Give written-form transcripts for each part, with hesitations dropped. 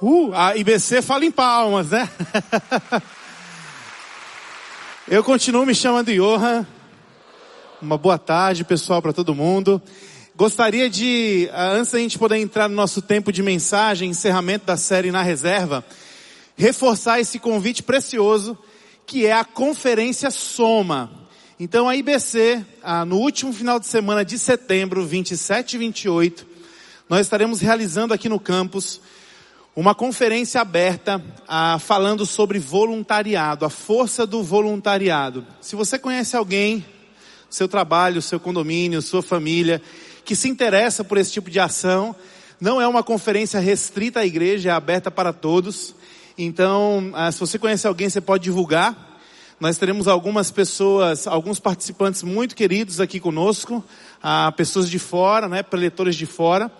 A IBC fala em palmas, né? Eu continuo me chamando Johan. Uma boa tarde, pessoal, para todo mundo. Gostaria de, antes da gente poder entrar no nosso tempo de mensagem, encerramento da série Na Reserva, reforçar esse convite precioso, que é a Conferência Soma. Então a IBC, no último final de semana de setembro, 27 e 28, nós estaremos realizando aqui no campus uma conferência aberta, falando sobre voluntariado, a força do voluntariado. Se você conhece alguém, seu trabalho, seu condomínio, sua família, que se interessa por esse tipo de ação, não é uma conferência restrita à igreja, é aberta para todos. Então, se você conhece alguém, você pode divulgar. Nós teremos algumas pessoas, alguns participantes muito queridos aqui conosco, pessoas de fora, né, preletores de fora.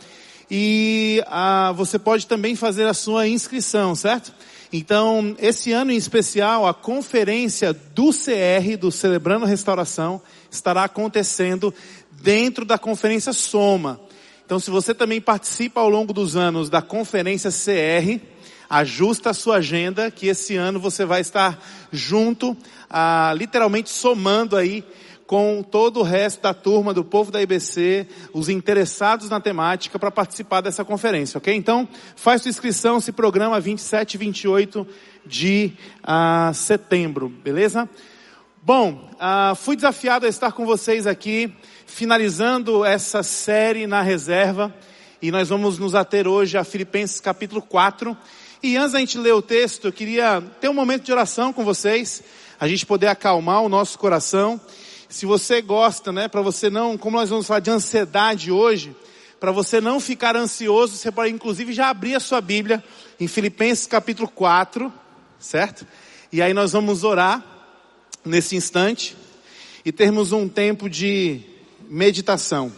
E você pode também fazer a sua inscrição, certo? Então, esse ano em especial, a conferência do CR, do Celebrando Restauração, estará acontecendo dentro da conferência Soma. Então, se você também participa ao longo dos anos da conferência CR, ajusta a sua agenda, que esse ano você vai estar junto, literalmente somando aí com todo o resto da turma do povo da IBC, os interessados na temática para participar dessa conferência, ok? Então, faz sua inscrição, se programa 27 e 28 de setembro, beleza? Bom, fui desafiado a estar com vocês aqui, finalizando essa série Na Reserva, e nós vamos nos ater hoje a Filipenses capítulo 4, e antes da gente ler o texto, eu queria ter um momento de oração com vocês, a gente poder acalmar o nosso coração. Se você gosta, né, para você não, como nós vamos falar de ansiedade hoje, para você não ficar ansioso, você pode inclusive já abrir a sua Bíblia em Filipenses capítulo 4, certo? E aí nós vamos orar nesse instante e termos um tempo de meditação.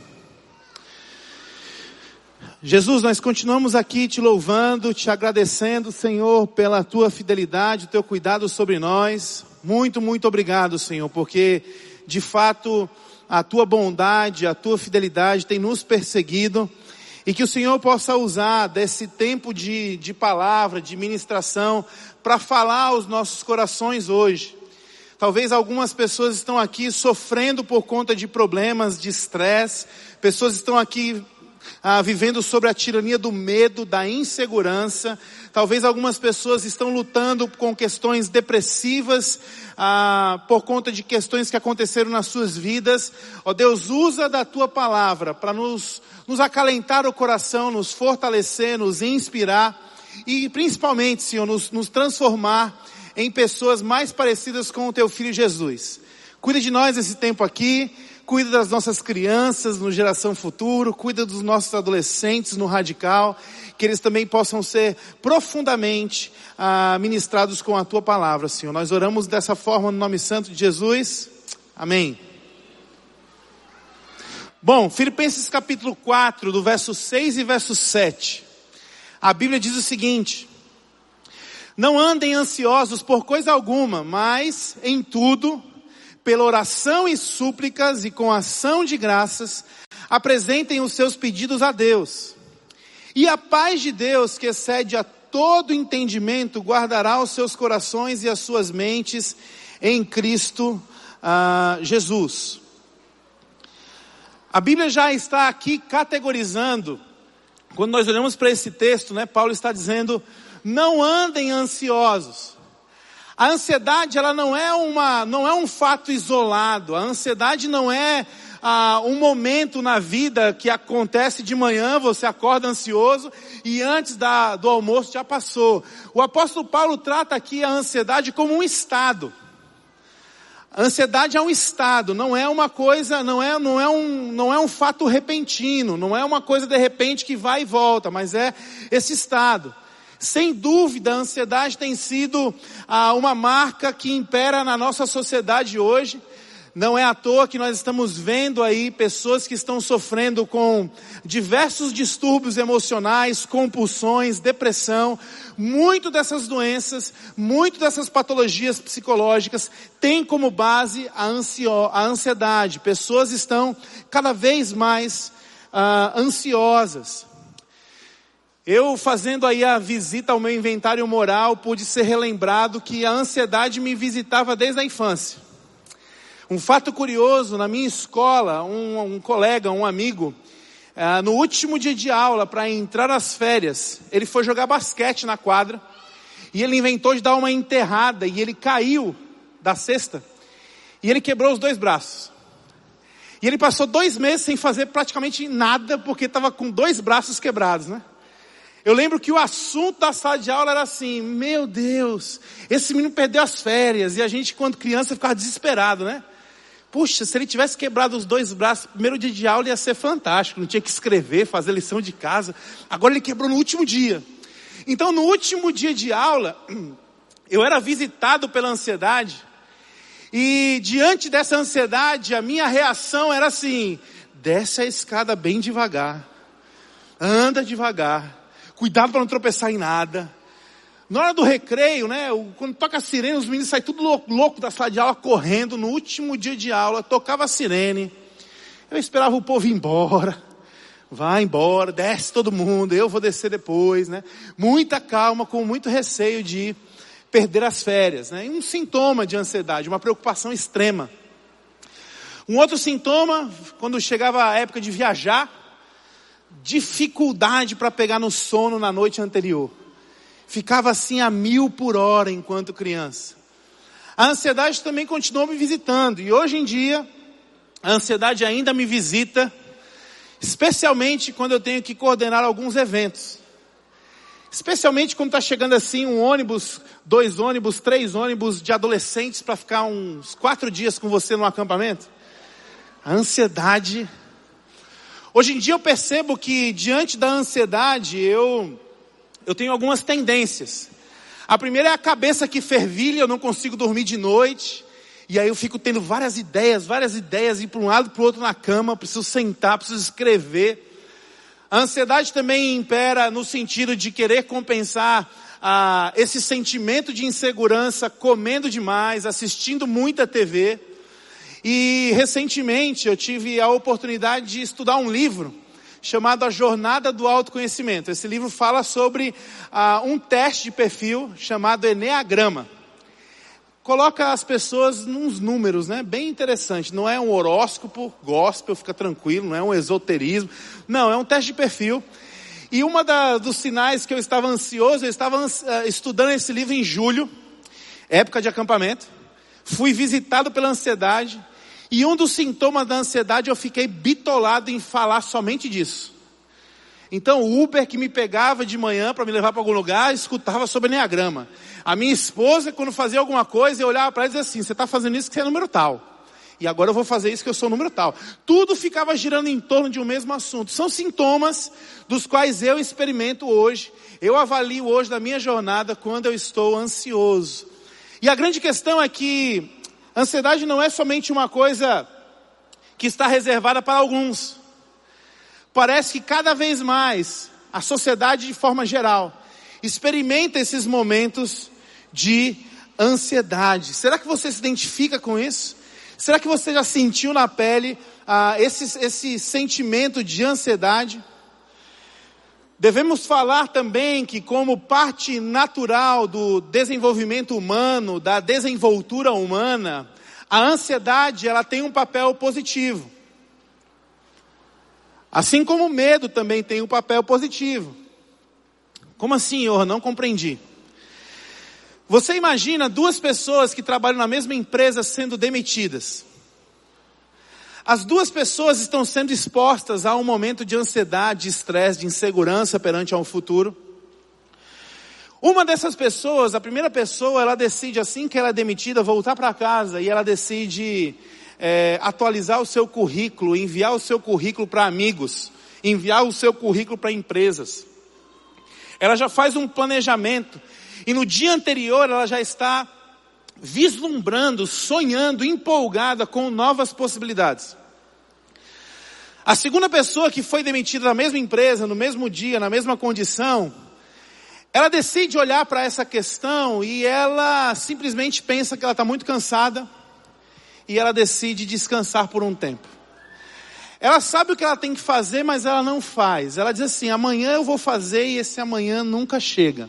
Jesus, nós continuamos aqui te louvando, te agradecendo, Senhor, pela tua fidelidade, o teu cuidado sobre nós. Muito, muito obrigado, Senhor, porque de fato a tua bondade, a tua fidelidade tem nos perseguido, e que o Senhor possa usar desse tempo de palavra, de ministração, para falar aos nossos corações hoje. Talvez algumas pessoas estão aqui sofrendo por conta de problemas, de estresse, pessoas estão aqui vivendo sobre a tirania do medo, da insegurança. Talvez algumas pessoas estão lutando com questões depressivas, por conta de questões que aconteceram nas suas vidas. Ó Deus, usa da tua palavra para nos acalentar o coração, nos fortalecer, nos inspirar e principalmente, Senhor, nos transformar em pessoas mais parecidas com o teu Filho Jesus. Cuida de nós esse tempo aqui. Cuida das nossas crianças no Geração Futuro, cuida dos nossos adolescentes no Radical, que eles também possam ser profundamente ministrados com a tua palavra, Senhor. Nós oramos dessa forma no nome santo de Jesus. Amém. Bom, Filipenses capítulo 4, do verso 6 e verso 7. A Bíblia diz o seguinte: não andem ansiosos por coisa alguma, mas em tudo, pela oração e súplicas e com ação de graças, apresentem os seus pedidos a Deus. E a paz de Deus, que excede a todo entendimento, guardará os seus corações e as suas mentes em Cristo Jesus. A Bíblia já está aqui categorizando, quando nós olhamos para esse texto, né, Paulo está dizendo, não andem ansiosos. A ansiedade, ela não é um fato isolado. A ansiedade não é um momento na vida que acontece de manhã, você acorda ansioso e antes do almoço já passou. O apóstolo Paulo trata aqui a ansiedade como um estado. A ansiedade é um estado, não é uma coisa, não é um fato repentino, não é uma coisa de repente que vai e volta, mas é esse estado. Sem dúvida, a ansiedade tem sido uma marca que impera na nossa sociedade hoje. Não é à toa que nós estamos vendo aí pessoas que estão sofrendo com diversos distúrbios emocionais, compulsões, depressão. Muito dessas doenças, muito dessas patologias psicológicas têm como base a ansiedade. Pessoas estão cada vez mais ansiosas. Eu fazendo aí a visita ao meu inventário moral, pude ser relembrado que a ansiedade me visitava desde a infância. Um fato curioso, na minha escola, um colega, um amigo, no último dia de aula, para entrar nas férias, ele foi jogar basquete na quadra, e ele inventou de dar uma enterrada, e ele caiu da cesta, e ele quebrou os 2 braços. E ele passou 2 meses sem fazer praticamente nada, porque estava com 2 braços quebrados, né? Eu lembro que o assunto da sala de aula era assim: meu Deus, esse menino perdeu as férias. E a gente, quando criança, ficava desesperado, né? Puxa, se ele tivesse quebrado os 2 braços, primeiro dia de aula ia ser fantástico. Não tinha que escrever, fazer lição de casa. Agora ele quebrou no último dia. Então, no último dia de aula, eu era visitado pela ansiedade. E diante dessa ansiedade, a minha reação era assim: desce a escada bem devagar. Anda devagar. Cuidado para não tropeçar em nada. Na hora do recreio, né? Quando toca a sirene, os meninos saem tudo louco da sala de aula, correndo. No último dia de aula, tocava a sirene. Eu esperava o povo ir embora. Vai embora, desce todo mundo, eu vou descer depois, né? Muita calma, com muito receio de perder as férias, né? E um sintoma de ansiedade, uma preocupação extrema. Um outro sintoma, quando chegava a época de viajar, dificuldade para pegar no sono na noite anterior. Ficava assim a 1000 por hora enquanto criança. A ansiedade também continuou me visitando. E hoje em dia, a ansiedade ainda me visita, especialmente quando eu tenho que coordenar alguns eventos. Especialmente quando está chegando assim um ônibus, 2 ônibus, 3 ônibus de adolescentes para ficar uns 4 dias com você no acampamento. A ansiedade. Hoje em dia eu percebo que diante da ansiedade eu tenho algumas tendências. A primeira é a cabeça que fervilha, eu não consigo dormir de noite. E aí eu fico tendo várias ideias, ir para um lado e para o outro na cama, preciso sentar, preciso escrever. A ansiedade também impera no sentido de querer compensar esse sentimento de insegurança comendo demais, assistindo muita TV. E recentemente eu tive a oportunidade de estudar um livro chamado A Jornada do Autoconhecimento. Esse livro fala sobre um teste de perfil chamado Eneagrama. Coloca as pessoas nos números, né? Bem interessante. Não é um horóscopo gospel, fica tranquilo, não é um esoterismo. Não, é um teste de perfil. E dos sinais que eu estava ansioso, eu estava estudando esse livro em julho, época de acampamento. Fui visitado pela ansiedade. E um dos sintomas da ansiedade, eu fiquei bitolado em falar somente disso. Então o Uber que me pegava de manhã para me levar para algum lugar, escutava sobre Eneagrama. A minha esposa, quando fazia alguma coisa, eu olhava para ela e dizia assim: você está fazendo isso que você é número tal. E agora eu vou fazer isso que eu sou número tal. Tudo ficava girando em torno de um mesmo assunto. São sintomas dos quais eu experimento hoje. Eu avalio hoje na minha jornada quando eu estou ansioso. E a grande questão é que a ansiedade não é somente uma coisa que está reservada para alguns. Parece que cada vez mais a sociedade, de forma geral, experimenta esses momentos de ansiedade. Será que você se identifica com isso? Será que você já sentiu na pele esse sentimento de ansiedade? Devemos falar também que, como parte natural do desenvolvimento humano, da desenvoltura humana, a ansiedade ela tem um papel positivo. Assim como o medo também tem um papel positivo. Como assim, senhor? Não compreendi. Você imagina 2 pessoas que trabalham na mesma empresa sendo demitidas. As 2 pessoas estão sendo expostas a um momento de ansiedade, de estresse, de insegurança perante ao futuro. Uma dessas pessoas, a primeira pessoa, ela decide assim que ela é demitida, voltar para casa e ela decide atualizar o seu currículo, enviar o seu currículo para amigos, enviar o seu currículo para empresas. Ela já faz um planejamento e no dia anterior ela já está vislumbrando, sonhando, empolgada com novas possibilidades. A segunda pessoa que foi demitida na mesma empresa, no mesmo dia, na mesma condição, ela decide olhar para essa questão e ela simplesmente pensa que ela está muito cansada e ela decide descansar por um tempo. Ela sabe o que ela tem que fazer, mas ela não faz. Ela diz assim, amanhã eu vou fazer, e esse amanhã nunca chega.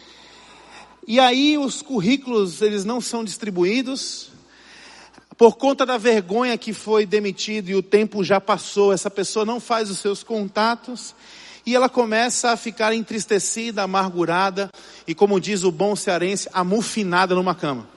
E aí os currículos, eles não são distribuídos. Por conta da vergonha que foi demitido e o tempo já passou, essa pessoa não faz os seus contatos. E ela começa a ficar entristecida, amargurada e, como diz o bom cearense, amufinada numa cama.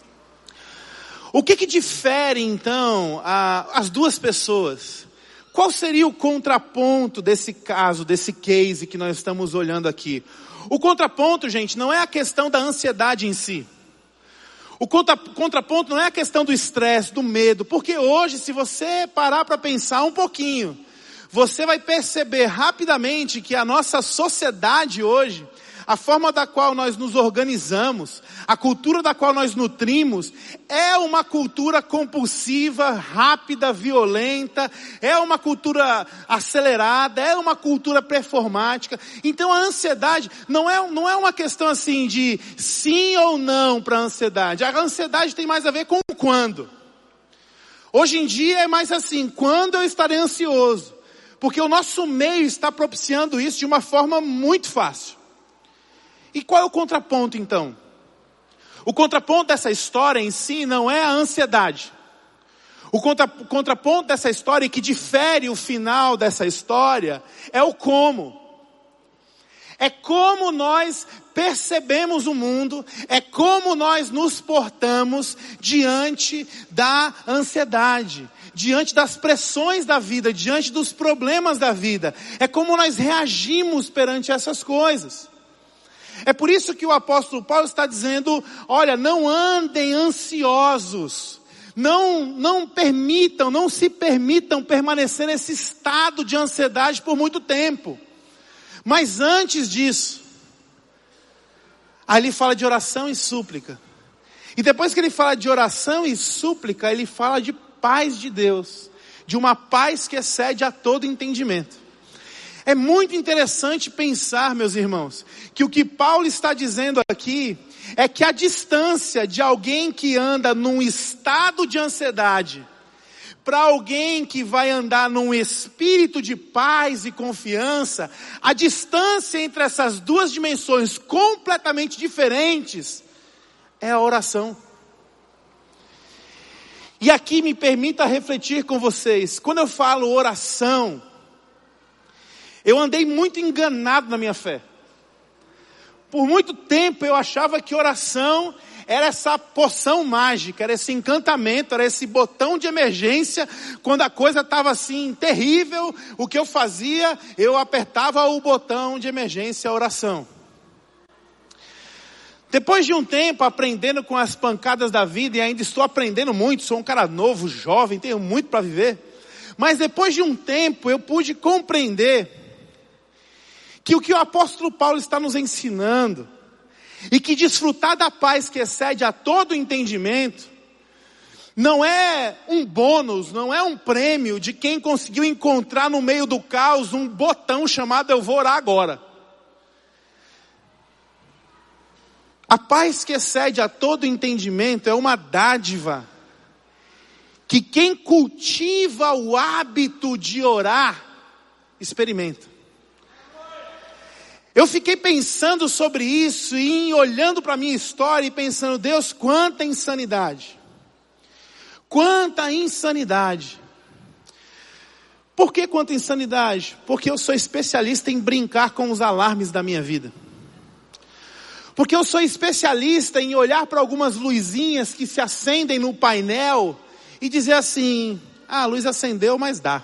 O que difere então as duas pessoas? Qual seria o contraponto desse caso, desse case que nós estamos olhando aqui? O contraponto, gente, não é a questão da ansiedade em si. O contraponto não é a questão do estresse, do medo. Porque hoje, se você parar para pensar um pouquinho, você vai perceber rapidamente que a nossa sociedade hoje, a forma da qual nós nos organizamos, a cultura da qual nós nutrimos, é uma cultura compulsiva, rápida, violenta, é uma cultura acelerada, é uma cultura performática. Então a ansiedade não é uma questão assim de sim ou não para a ansiedade. A ansiedade tem mais a ver com o quando. Hoje em dia é mais assim, quando eu estarei ansioso? Porque o nosso meio está propiciando isso de uma forma muito fácil. E qual é o contraponto então? O contraponto dessa história em si não é a ansiedade. O contraponto dessa história, que difere o final dessa história, é o como. É como nós percebemos o mundo, é como nós nos portamos diante da ansiedade, diante das pressões da vida, diante dos problemas da vida. É como nós reagimos perante essas coisas. É por isso que o apóstolo Paulo está dizendo, olha, não andem ansiosos, não se permitam permanecer nesse estado de ansiedade por muito tempo. Mas antes disso, ali fala de oração e súplica. E depois que ele fala de oração e súplica, ele fala de paz de Deus, de uma paz que excede a todo entendimento. É muito interessante pensar, meus irmãos, que o que Paulo está dizendo aqui é que a distância de alguém que anda num estado de ansiedade para alguém que vai andar num espírito de paz e confiança, a distância entre essas duas dimensões completamente diferentes é a oração. E aqui me permita refletir com vocês, quando eu falo oração, eu andei muito enganado na minha fé. Por muito tempo eu achava que oração era essa poção mágica, era esse encantamento, era esse botão de emergência. Quando a coisa estava assim terrível, o que eu fazia? Eu apertava o botão de emergência, a oração. Depois de um tempo aprendendo com as pancadas da vida, e ainda estou aprendendo muito, sou um cara novo, jovem, tenho muito para viver. Mas depois de um tempo eu pude compreender que o que o apóstolo Paulo está nos ensinando, e que desfrutar da paz que excede a todo entendimento, não é um bônus, não é um prêmio de quem conseguiu encontrar no meio do caos um botão chamado eu vou orar agora. A paz que excede a todo entendimento é uma dádiva, que quem cultiva o hábito de orar, experimenta. Eu fiquei pensando sobre isso e olhando para a minha história e pensando, Deus, quanta insanidade. Quanta insanidade. Por que quanta insanidade? Porque eu sou especialista em brincar com os alarmes da minha vida. Porque eu sou especialista em olhar para algumas luzinhas que se acendem no painel e dizer assim, a luz acendeu, mas dá.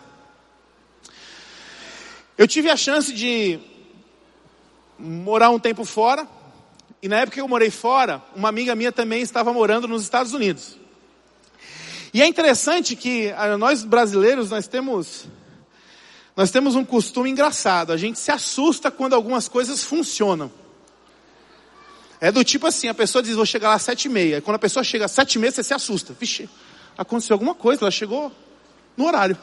Eu tive a chance de morar um tempo fora, e na época que eu morei fora, uma amiga minha também estava morando nos Estados Unidos. E é interessante que nós brasileiros, nós temos um costume engraçado, a gente se assusta quando algumas coisas funcionam. É do tipo assim, a pessoa diz, vou chegar lá às 7h30, quando a pessoa chega às 7h30, você se assusta. Vixe, aconteceu alguma coisa, ela chegou no horário.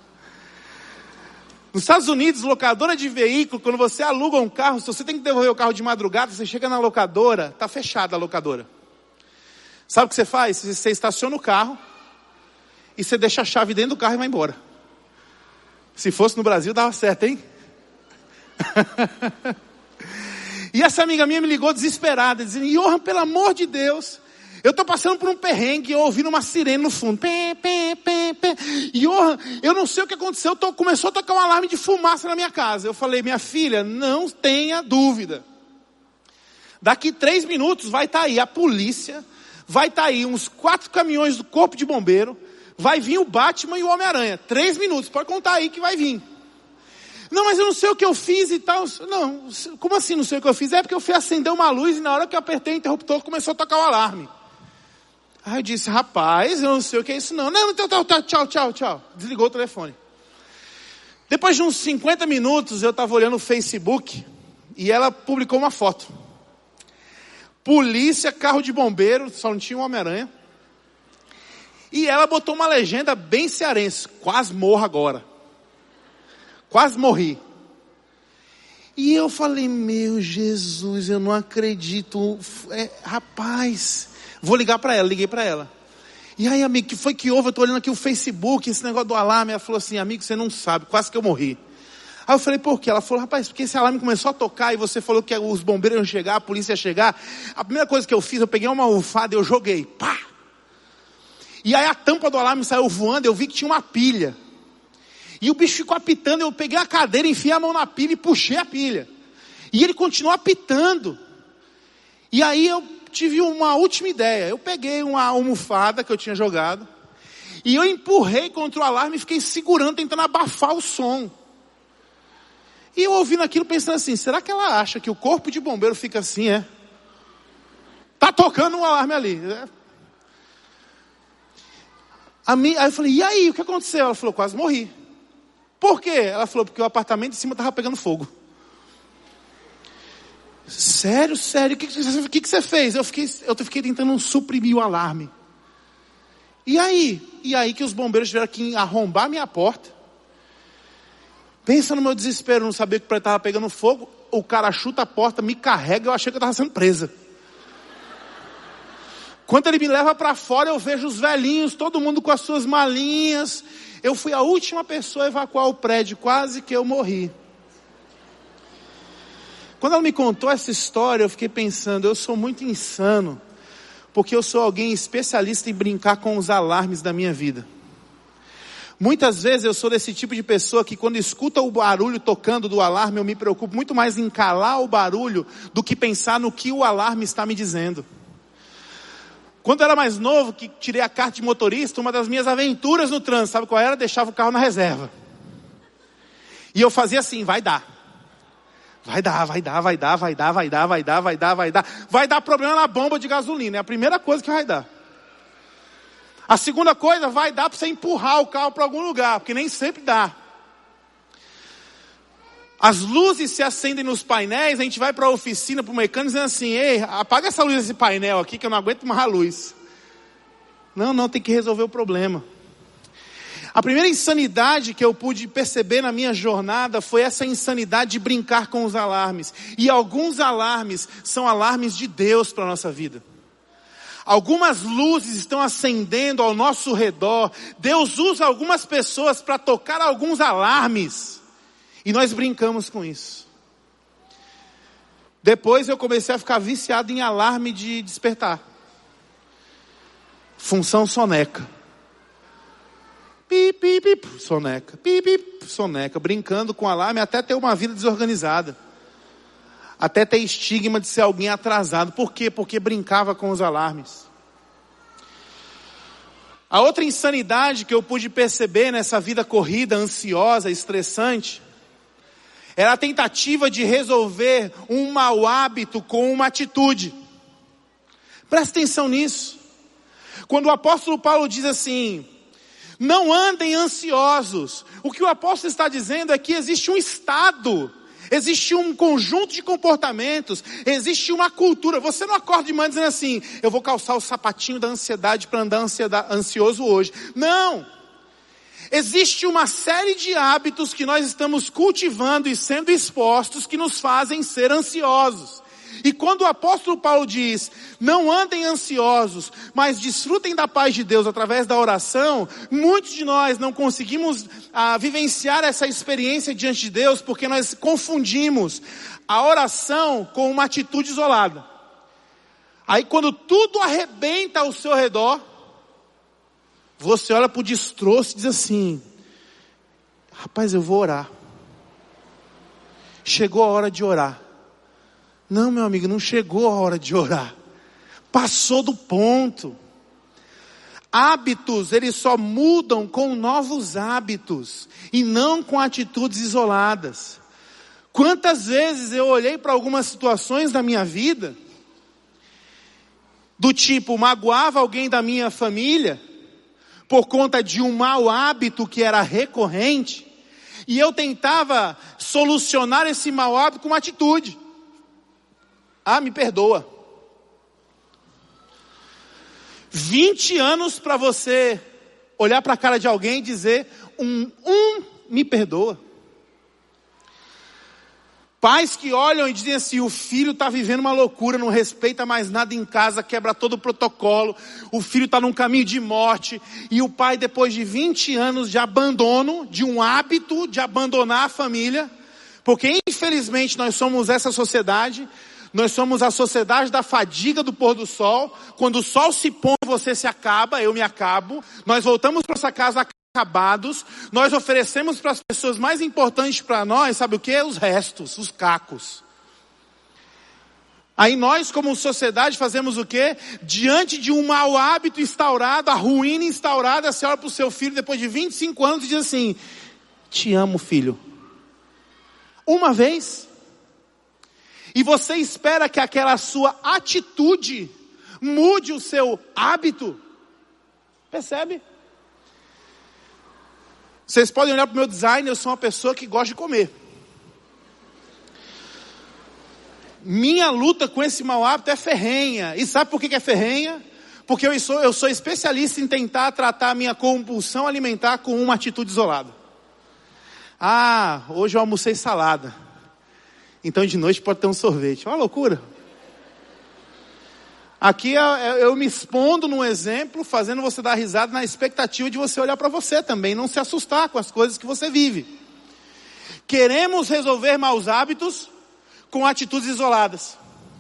Nos Estados Unidos, locadora de veículo, quando você aluga um carro, se você tem que devolver o carro de madrugada, você chega na locadora, está fechada a locadora. Sabe o que você faz? Você estaciona o carro e você deixa a chave dentro do carro e vai embora. Se fosse no Brasil, dava certo, hein? E essa amiga minha me ligou desesperada, dizendo: Johan, pelo amor de Deus, eu estou passando por um perrengue, eu ouvindo uma sirene no fundo. Pé, pé, pé, pé. Johan, eu não sei o que aconteceu, começou a tocar um alarme de fumaça na minha casa. Eu falei: minha filha, não tenha dúvida. Daqui 3 minutos vai estar aí a polícia, vai estar aí uns 4 caminhões do corpo de bombeiro, vai vir o Batman e o Homem-Aranha. 3 minutos, pode contar aí que vai vir. Não, mas eu não sei o que eu fiz e tal. Não, como assim não sei o que eu fiz? É porque eu fui acender uma luz e na hora que eu apertei o interruptor começou a tocar o alarme. Aí eu disse: rapaz, eu não sei o que é isso não. Não, então tchau. Desligou o telefone. Depois de uns 50 minutos eu estava olhando o Facebook e ela publicou uma foto. Polícia, carro de bombeiro, só não tinha um Homem-Aranha. E ela botou uma legenda bem cearense: quase morro agora. Quase morri. E eu falei: meu Jesus, eu não acredito. Rapaz, vou ligar para ela. Liguei para ela. E aí, amigo, que foi que houve? Eu estou olhando aqui o Facebook, esse negócio do alarme. Ela falou assim: amigo, você não sabe, quase que eu morri. Aí eu falei: por quê? Ela falou: rapaz, porque esse alarme começou a tocar e você falou que os bombeiros iam chegar, a polícia ia chegar. A primeira coisa que eu fiz, eu peguei uma almofada e eu joguei. Pá! E aí a tampa do alarme saiu voando, eu vi que tinha uma pilha. E o bicho ficou apitando, eu peguei a cadeira, enfiei a mão na pilha e puxei a pilha. E ele continuou apitando. E aí eu tive uma última ideia. Eu peguei uma almofada que eu tinha jogado e eu empurrei contra o alarme e fiquei segurando, tentando abafar o som. E eu ouvindo aquilo pensando assim: será que ela acha que o corpo de bombeiro fica assim, Tá tocando um alarme ali. Aí eu falei: e aí, o que aconteceu? Ela falou: quase morri. Por quê? Ela falou: porque o apartamento de cima estava pegando fogo. Sério? O que você fez? Eu fiquei tentando suprimir o alarme. E aí que os bombeiros tiveram que arrombar minha porta. Pensa no meu desespero, não sabia que estava pegando fogo. O cara chuta a porta, me carrega, eu achei que eu estava sendo presa. Quando ele me leva para fora, eu vejo os velhinhos, todo mundo com as suas malinhas. Eu fui a última pessoa a evacuar o prédio, quase que eu morri. Quando ela me contou essa história, eu fiquei pensando: eu sou muito insano, porque eu sou alguém especialista em brincar com os alarmes da minha vida. Muitas vezes eu sou desse tipo de pessoa que quando escuta o barulho tocando do alarme, eu me preocupo muito mais em calar o barulho do que pensar no que o alarme está me dizendo. Quando eu era mais novo, que tirei a carta de motorista, uma das minhas aventuras no trânsito, sabe qual era? Deixava o carro na reserva. E eu fazia assim: vai dar. Vai dar. Vai dar problema na bomba de gasolina, é a primeira coisa que vai dar. A segunda coisa, vai dar para você empurrar o carro para algum lugar, porque nem sempre dá. As luzes se acendem nos painéis, a gente vai para a oficina, para o mecânico, dizendo assim: ei, apaga essa luz desse painel aqui que eu não aguento mais a luz. Não, tem que resolver o problema. A primeira insanidade que eu pude perceber na minha jornada foi essa insanidade de brincar com os alarmes. E alguns alarmes são alarmes de Deus para a nossa vida. Algumas luzes estão acendendo ao nosso redor. Deus usa algumas pessoas para tocar alguns alarmes. E nós brincamos com isso. Depois eu comecei a ficar viciado em alarme de despertar. Função soneca. Pip, pip, pip, soneca. Pip, pip, soneca. Brincando com alarme até ter uma vida desorganizada. Até ter estigma de ser alguém atrasado. Por quê? Porque brincava com os alarmes. A outra insanidade que eu pude perceber nessa vida corrida, ansiosa, estressante, era a tentativa de resolver um mau hábito com uma atitude. Presta atenção nisso. Quando o apóstolo Paulo diz assim: não andem ansiosos, o que o apóstolo está dizendo é que existe um estado, existe um conjunto de comportamentos, existe uma cultura. Você não acorda de manhã dizendo assim: eu vou calçar o sapatinho da ansiedade para andar ansioso hoje. Não! Existe uma série de hábitos que nós estamos cultivando e sendo expostos que nos fazem ser ansiosos. E quando o apóstolo Paulo diz, não andem ansiosos, mas desfrutem da paz de Deus através da oração, muitos de nós não conseguimos vivenciar essa experiência diante de Deus, porque nós confundimos a oração com uma atitude isolada. Aí quando tudo arrebenta ao seu redor, você olha para o destroço e diz assim, rapaz, eu vou orar. Chegou a hora de orar. Não, meu amigo, não chegou a hora de orar. Passou do ponto. Hábitos, eles só mudam com novos hábitos e não com atitudes isoladas. Quantas vezes eu olhei para algumas situações da minha vida, do tipo, magoava alguém da minha família, por conta de um mau hábito que era recorrente, e eu tentava solucionar esse mau hábito com uma atitude. Me perdoa. 20 anos para você olhar para a cara de alguém e dizer, me perdoa. Pais que olham e dizem assim, o filho está vivendo uma loucura, não respeita mais nada em casa, quebra todo o protocolo, o filho está num caminho de morte, e o pai, depois de 20 anos de abandono, de um hábito de abandonar a família, porque infelizmente nós somos essa sociedade, nós somos a sociedade da fadiga do pôr do sol. Quando o sol se põe, você se acaba, eu me acabo. Nós voltamos para essa casa acabados. Nós oferecemos para as pessoas mais importantes para nós, sabe o que? Os restos, os cacos. Aí nós, como sociedade, fazemos o quê? Diante de um mau hábito instaurado, a ruína instaurada, você olha para o seu filho depois de 25 anos e diz assim, te amo, filho. Uma vez. E você espera que aquela sua atitude mude o seu hábito. Percebe? Vocês podem olhar para o meu design, eu sou uma pessoa que gosta de comer. Minha luta com esse mau hábito é ferrenha. E sabe por que é ferrenha? Porque eu sou especialista em tentar tratar a minha compulsão alimentar com uma atitude isolada. Hoje eu almocei salada. Então de noite pode ter um sorvete. Uma loucura. Aqui eu me expondo num exemplo, fazendo você dar risada na expectativa de você olhar para você também, não se assustar com as coisas que você vive. Queremos resolver maus hábitos com atitudes isoladas.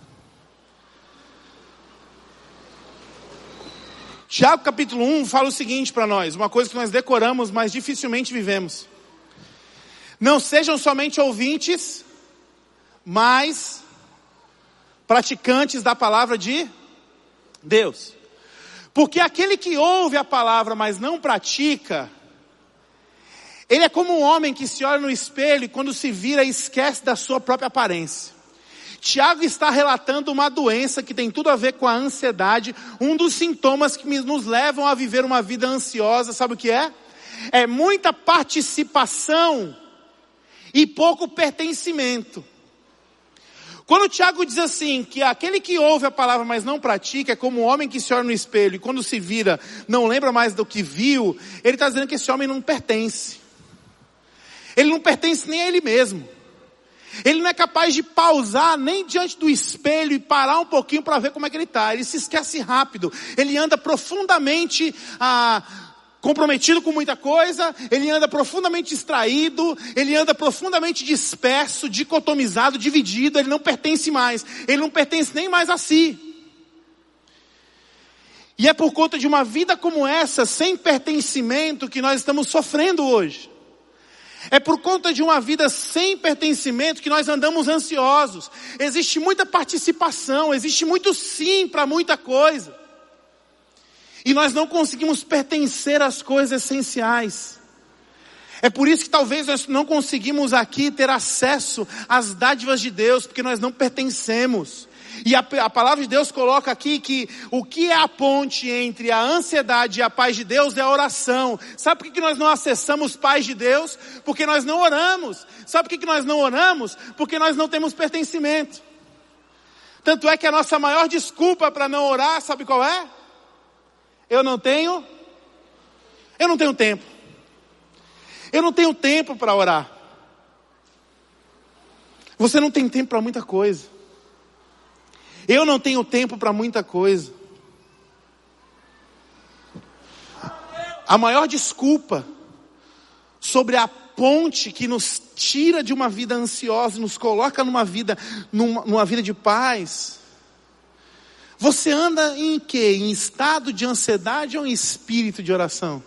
Tiago capítulo 1 fala o seguinte para nós, uma coisa que nós decoramos, mas dificilmente vivemos. Não sejam somente ouvintes, mas praticantes da palavra de Deus. Porque aquele que ouve a palavra, mas não pratica, ele é como um homem que se olha no espelho e quando se vira esquece da sua própria aparência. Tiago está relatando uma doença que tem tudo a ver com a ansiedade, um dos sintomas que nos levam a viver uma vida ansiosa, sabe o que é? É muita participação e pouco pertencimento. Quando o Tiago diz assim, que aquele que ouve a palavra mas não pratica, é como um homem que se olha no espelho e quando se vira não lembra mais do que viu, ele está dizendo que esse homem não pertence. Ele não pertence nem a ele mesmo. Ele não é capaz de pausar nem diante do espelho e parar um pouquinho para ver como é que ele está. Ele se esquece rápido. Ele anda profundamente comprometido com muita coisa, ele anda profundamente distraído, ele anda profundamente disperso, dicotomizado, dividido, ele não pertence mais, ele não pertence nem mais a si. E é por conta de uma vida como essa, sem pertencimento, que nós estamos sofrendo hoje. É por conta de uma vida sem pertencimento que nós andamos ansiosos. Existe muita participação, existe muito sim para muita coisa. E nós não conseguimos pertencer às coisas essenciais. É por isso que talvez nós não conseguimos aqui ter acesso às dádivas de Deus, porque nós não pertencemos. E a palavra de Deus coloca aqui que o que é a ponte entre a ansiedade e a paz de Deus é a oração. Sabe por que nós não acessamos paz de Deus? Porque nós não oramos. Sabe por que nós não oramos? Porque nós não temos pertencimento. Tanto é que a nossa maior desculpa para não orar, sabe qual é? Eu não tenho tempo. Eu não tenho tempo para orar. Você não tem tempo para muita coisa. Eu não tenho tempo para muita coisa. A maior desculpa sobre a ponte que nos tira de uma vida ansiosa e nos coloca numa vida de paz. Você anda em quê? Em estado de ansiedade ou em espírito de oração?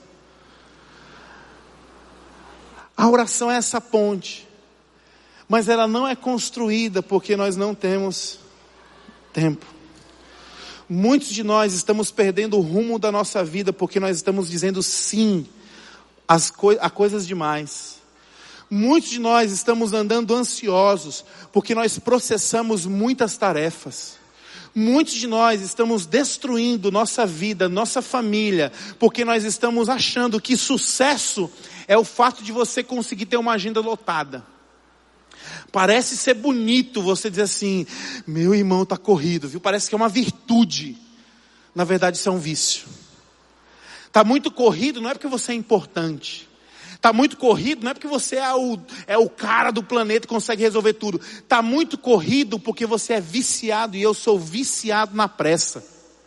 A oração é essa ponte, mas ela não é construída porque nós não temos tempo. Muitos de nós estamos perdendo o rumo da nossa vida porque nós estamos dizendo sim a coisas demais. Muitos de nós estamos andando ansiosos porque nós processamos muitas tarefas. Muitos de nós estamos destruindo nossa vida, nossa família, porque nós estamos achando que sucesso é o fato de você conseguir ter uma agenda lotada. Parece ser bonito você dizer assim, meu irmão está corrido, viu? Parece que é uma virtude. Na verdade isso é um vício. Está muito corrido não é porque você é importante. Está muito corrido não é porque você é o cara do planeta e consegue resolver tudo. Está muito corrido porque você é viciado e eu sou viciado na pressa.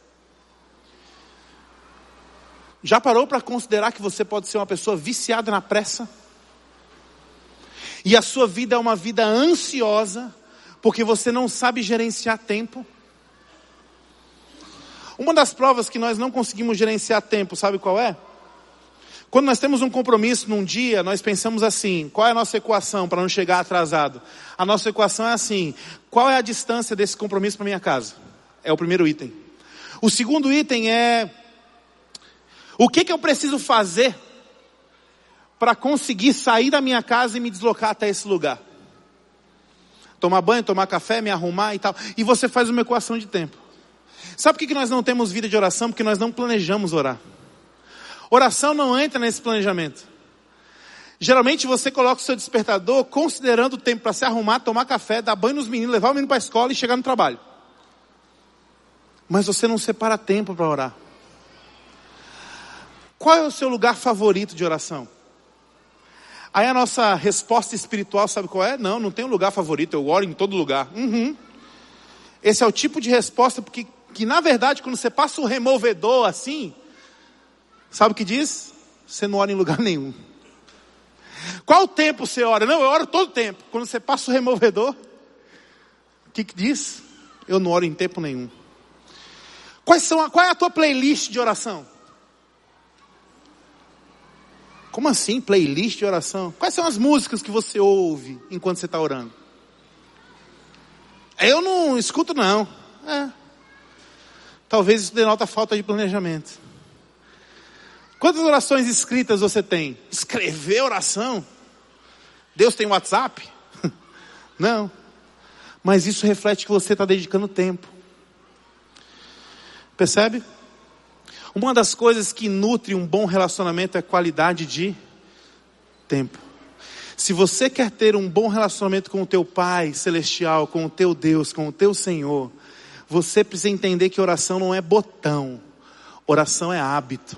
Já parou para considerar que você pode ser uma pessoa viciada na pressa? E a sua vida é uma vida ansiosa, porque você não sabe gerenciar tempo. Uma das provas que nós não conseguimos gerenciar tempo, sabe qual é? Quando nós temos um compromisso num dia, nós pensamos assim, qual é a nossa equação para não chegar atrasado? A nossa equação é assim, qual é a distância desse compromisso para minha casa? É o primeiro item. O segundo item é, o que eu preciso fazer para conseguir sair da minha casa e me deslocar até esse lugar? Tomar banho, tomar café, me arrumar e tal. E você faz uma equação de tempo. Sabe por que nós não temos vida de oração? Porque nós não planejamos orar. Oração não entra nesse planejamento. Geralmente você coloca o seu despertador considerando o tempo para se arrumar, tomar café, dar banho nos meninos, levar o menino para a escola e chegar no trabalho. Mas você não separa tempo para orar. Qual é o seu lugar favorito de oração? Aí a nossa resposta espiritual, sabe qual é? Não tem um lugar favorito, eu oro em todo lugar. Esse é o tipo de resposta que na verdade quando você passa o removedor assim, sabe o que diz? Você não ora em lugar nenhum. Qual tempo você ora? Não, eu oro todo tempo. Quando você passa o removedor, o que diz? Eu não oro em tempo nenhum. Qual é a tua playlist de oração? Como assim, playlist de oração? Quais são as músicas que você ouve enquanto você está orando? Eu não escuto não. Talvez isso denota falta de planejamento. Quantas orações escritas você tem? Escrever oração? Deus tem WhatsApp? Não. Mas isso reflete que você está dedicando tempo. Percebe? Uma das coisas que nutre um bom relacionamento é qualidade de tempo. Se você quer ter um bom relacionamento com o teu Pai Celestial, com o teu Deus, com o teu Senhor, você precisa entender que oração não é botão. Oração é hábito.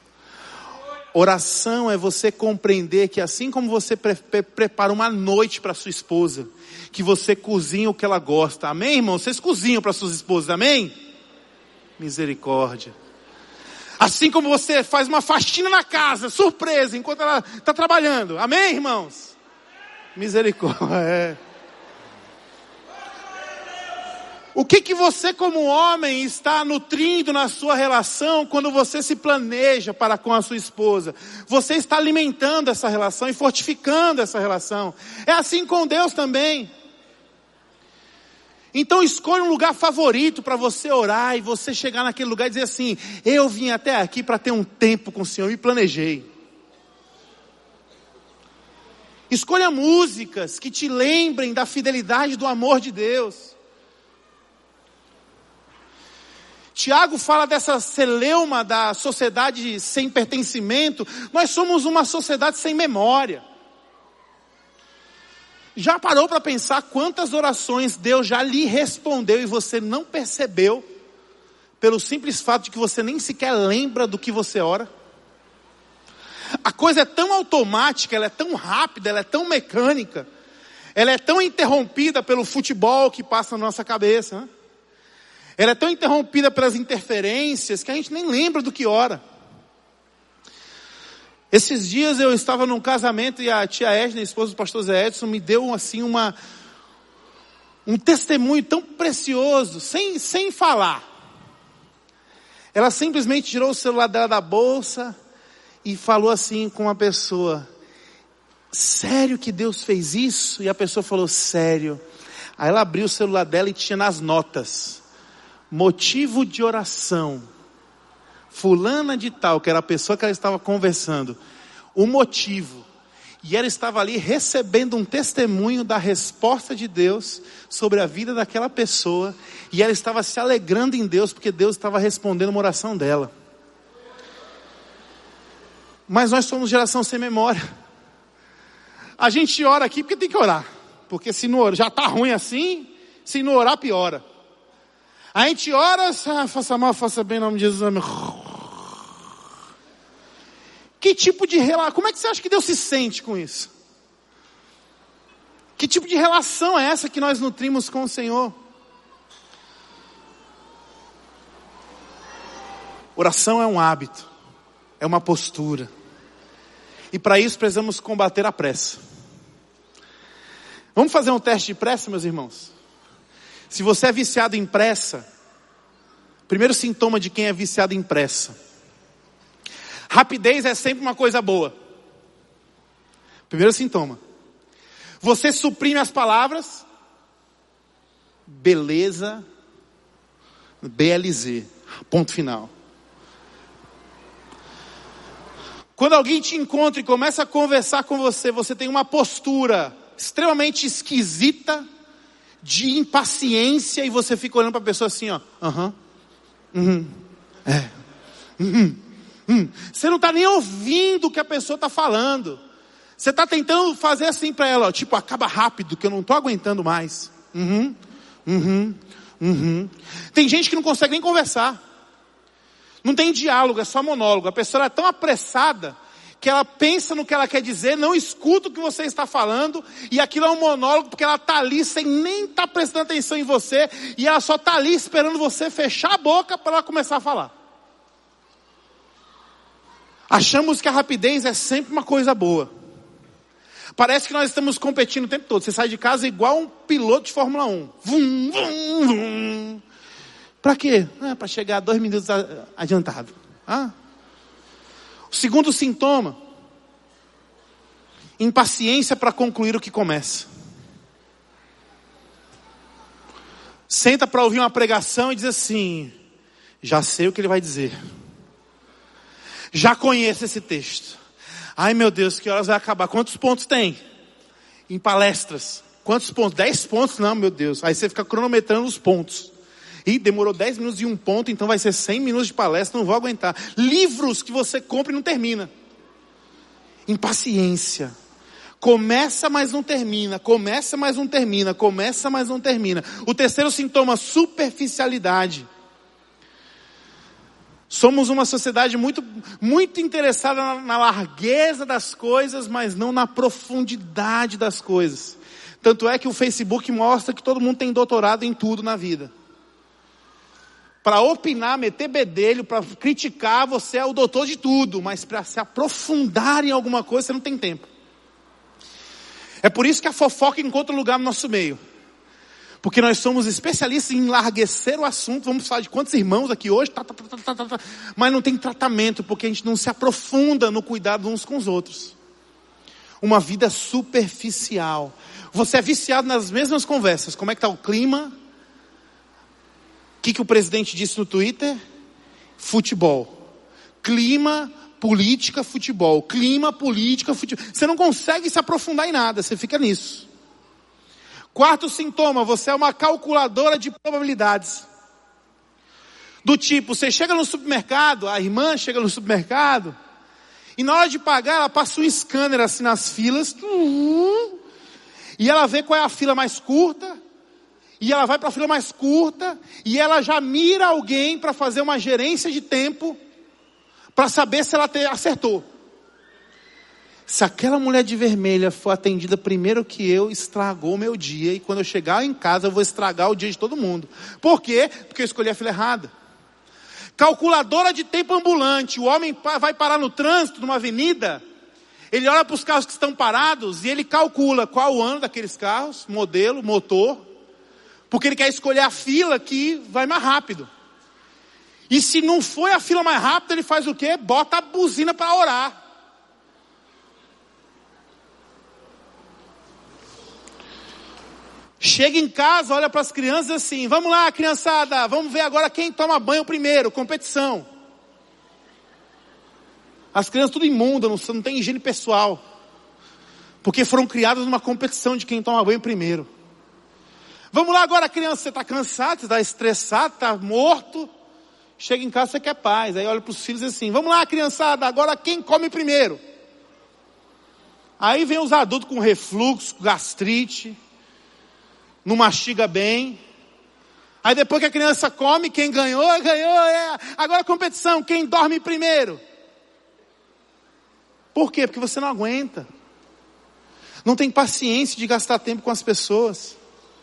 Oração é você compreender que assim como você prepara uma noite para sua esposa, que você cozinha o que ela gosta. Amém, irmão? Vocês cozinham para suas esposas, amém? Misericórdia. Assim como você faz uma faxina na casa, surpresa, enquanto ela está trabalhando. Amém, irmãos? Misericórdia. O que você como homem está nutrindo na sua relação quando você se planeja para com a sua esposa? Você está alimentando essa relação e fortificando essa relação. É assim com Deus também. Então escolha um lugar favorito para você orar e você chegar naquele lugar e dizer assim, eu vim até aqui para ter um tempo com o Senhor e planejei. Escolha músicas que te lembrem da fidelidade do amor de Deus. Tiago fala dessa celeuma da sociedade sem pertencimento. Nós somos uma sociedade sem memória. Já parou para pensar quantas orações Deus já lhe respondeu e você não percebeu? Pelo simples fato de que você nem sequer lembra do que você ora? A coisa é tão automática, ela é tão rápida, ela é tão mecânica. Ela é tão interrompida pelo futebol que passa na nossa cabeça, né? Ela é tão interrompida pelas interferências que a gente nem lembra do que ora. Esses dias eu estava num casamento e a tia Edna, esposa do pastor Zé Edson, me deu assim um testemunho tão precioso, sem falar. Ela simplesmente tirou o celular dela da bolsa e falou assim com uma pessoa: sério que Deus fez isso? E a pessoa falou: sério. Aí ela abriu o celular dela e tinha nas notas: motivo de oração, fulana de tal, que era a pessoa que ela estava conversando, o motivo. E ela estava ali recebendo um testemunho da resposta de Deus sobre a vida daquela pessoa. E ela estava se alegrando em Deus, porque Deus estava respondendo uma oração dela. Mas nós somos geração sem memória. A gente ora aqui porque tem que orar. Porque se não orar, já está ruim assim, se não orar, piora. A gente ora, faça mal, faça bem, em nome de Jesus, amém. Que tipo de relação, como é que você acha que Deus se sente com isso? Que tipo de relação é essa que nós nutrimos com o Senhor? Oração é um hábito, é uma postura. E para isso precisamos combater a pressa. Vamos fazer um teste de pressa, meus irmãos? Se você é viciado em pressa, primeiro sintoma de quem é viciado em pressa: rapidez é sempre uma coisa boa. Primeiro sintoma. Você suprime as palavras. Beleza. BLZ. Ponto final. Quando alguém te encontra e começa a conversar com você, você tem uma postura extremamente esquisita, de impaciência, e você fica olhando para a pessoa assim, ó. Você não está nem ouvindo o que a pessoa está falando. Você está tentando fazer assim para ela, ó, tipo, acaba rápido, que eu não estou aguentando mais. Tem gente que não consegue nem conversar. Não tem diálogo, é só monólogo. A pessoa é tão apressada que ela pensa no que ela quer dizer, não escuta o que você está falando, e aquilo é um monólogo porque ela está ali sem nem estar prestando atenção em você, e ela só está ali esperando você fechar a boca para ela começar a falar. Achamos que a rapidez é sempre uma coisa boa. Parece que nós estamos competindo o tempo todo. Você sai de casa igual um piloto de Fórmula 1. Vum, vum, vum. Para quê? Para chegar 2 minutos adiantado. O segundo sintoma: impaciência para concluir o que começa. Senta para ouvir uma pregação e diz assim: já sei o que ele vai dizer. Já conheço esse texto. Ai meu Deus, que horas vai acabar? Quantos pontos tem? Em palestras. Quantos pontos? 10 pontos? Não, meu Deus. Aí você fica cronometrando os pontos. E demorou 10 minutos e 1 ponto, então vai ser 100 minutos de palestra, não vou aguentar. Livros que você compra e não termina. Impaciência. Começa, mas não termina. Começa, mas não termina. Começa, mas não termina. O terceiro sintoma: superficialidade. Somos uma sociedade muito, muito interessada na largueza das coisas, mas não na profundidade das coisas. Tanto é que o Facebook mostra que todo mundo tem doutorado em tudo na vida. Para opinar, meter bedelho, para criticar, você é o doutor de tudo. Mas para se aprofundar em alguma coisa, você não tem tempo. É por isso que a fofoca encontra lugar no nosso meio. Porque nós somos especialistas em enlarguecer o assunto. Vamos falar de quantos irmãos aqui hoje. Mas não tem tratamento, porque a gente não se aprofunda no cuidado uns com os outros. Uma vida superficial. Você é viciado nas mesmas conversas. Como é que está o clima? O que o presidente disse no Twitter? Futebol. Clima, política, futebol. Clima, política, futebol. Você não consegue se aprofundar em nada. Você fica nisso. Quarto sintoma: você é uma calculadora de probabilidades. Do tipo, você chega no supermercado, a irmã chega no supermercado, e na hora de pagar, ela passa um scanner assim nas filas, e ela vê qual é a fila mais curta, e ela vai para a fila mais curta, e ela já mira alguém para fazer uma gerência de tempo, para saber se ela acertou. Se aquela mulher de vermelha for atendida primeiro que eu, estragou o meu dia. E quando eu chegar em casa, eu vou estragar o dia de todo mundo. Por quê? Porque eu escolhi a fila errada. Calculadora de tempo ambulante. O homem vai parar no trânsito, numa avenida. Ele olha para os carros que estão parados e ele calcula qual o ano daqueles carros, modelo, motor. Porque ele quer escolher a fila que vai mais rápido. E se não foi a fila mais rápida, ele faz o quê? Bota a buzina para orar. Chega em casa, olha para as crianças assim, vamos lá criançada, vamos ver agora quem toma banho primeiro, competição. As crianças tudo imundas, não tem higiene pessoal. Porque foram criadas numa competição de quem toma banho primeiro. Vamos lá agora criança, você está cansado, você está estressado, está morto. Chega em casa, você quer paz. Aí olha para os filhos assim, vamos lá criançada, agora quem come primeiro? Aí vem os adultos com refluxo, gastrite. Não mastiga bem. Aí depois que a criança come, quem ganhou. Agora a competição, quem dorme primeiro. Por quê? Porque você não aguenta. Não tem paciência de gastar tempo com as pessoas.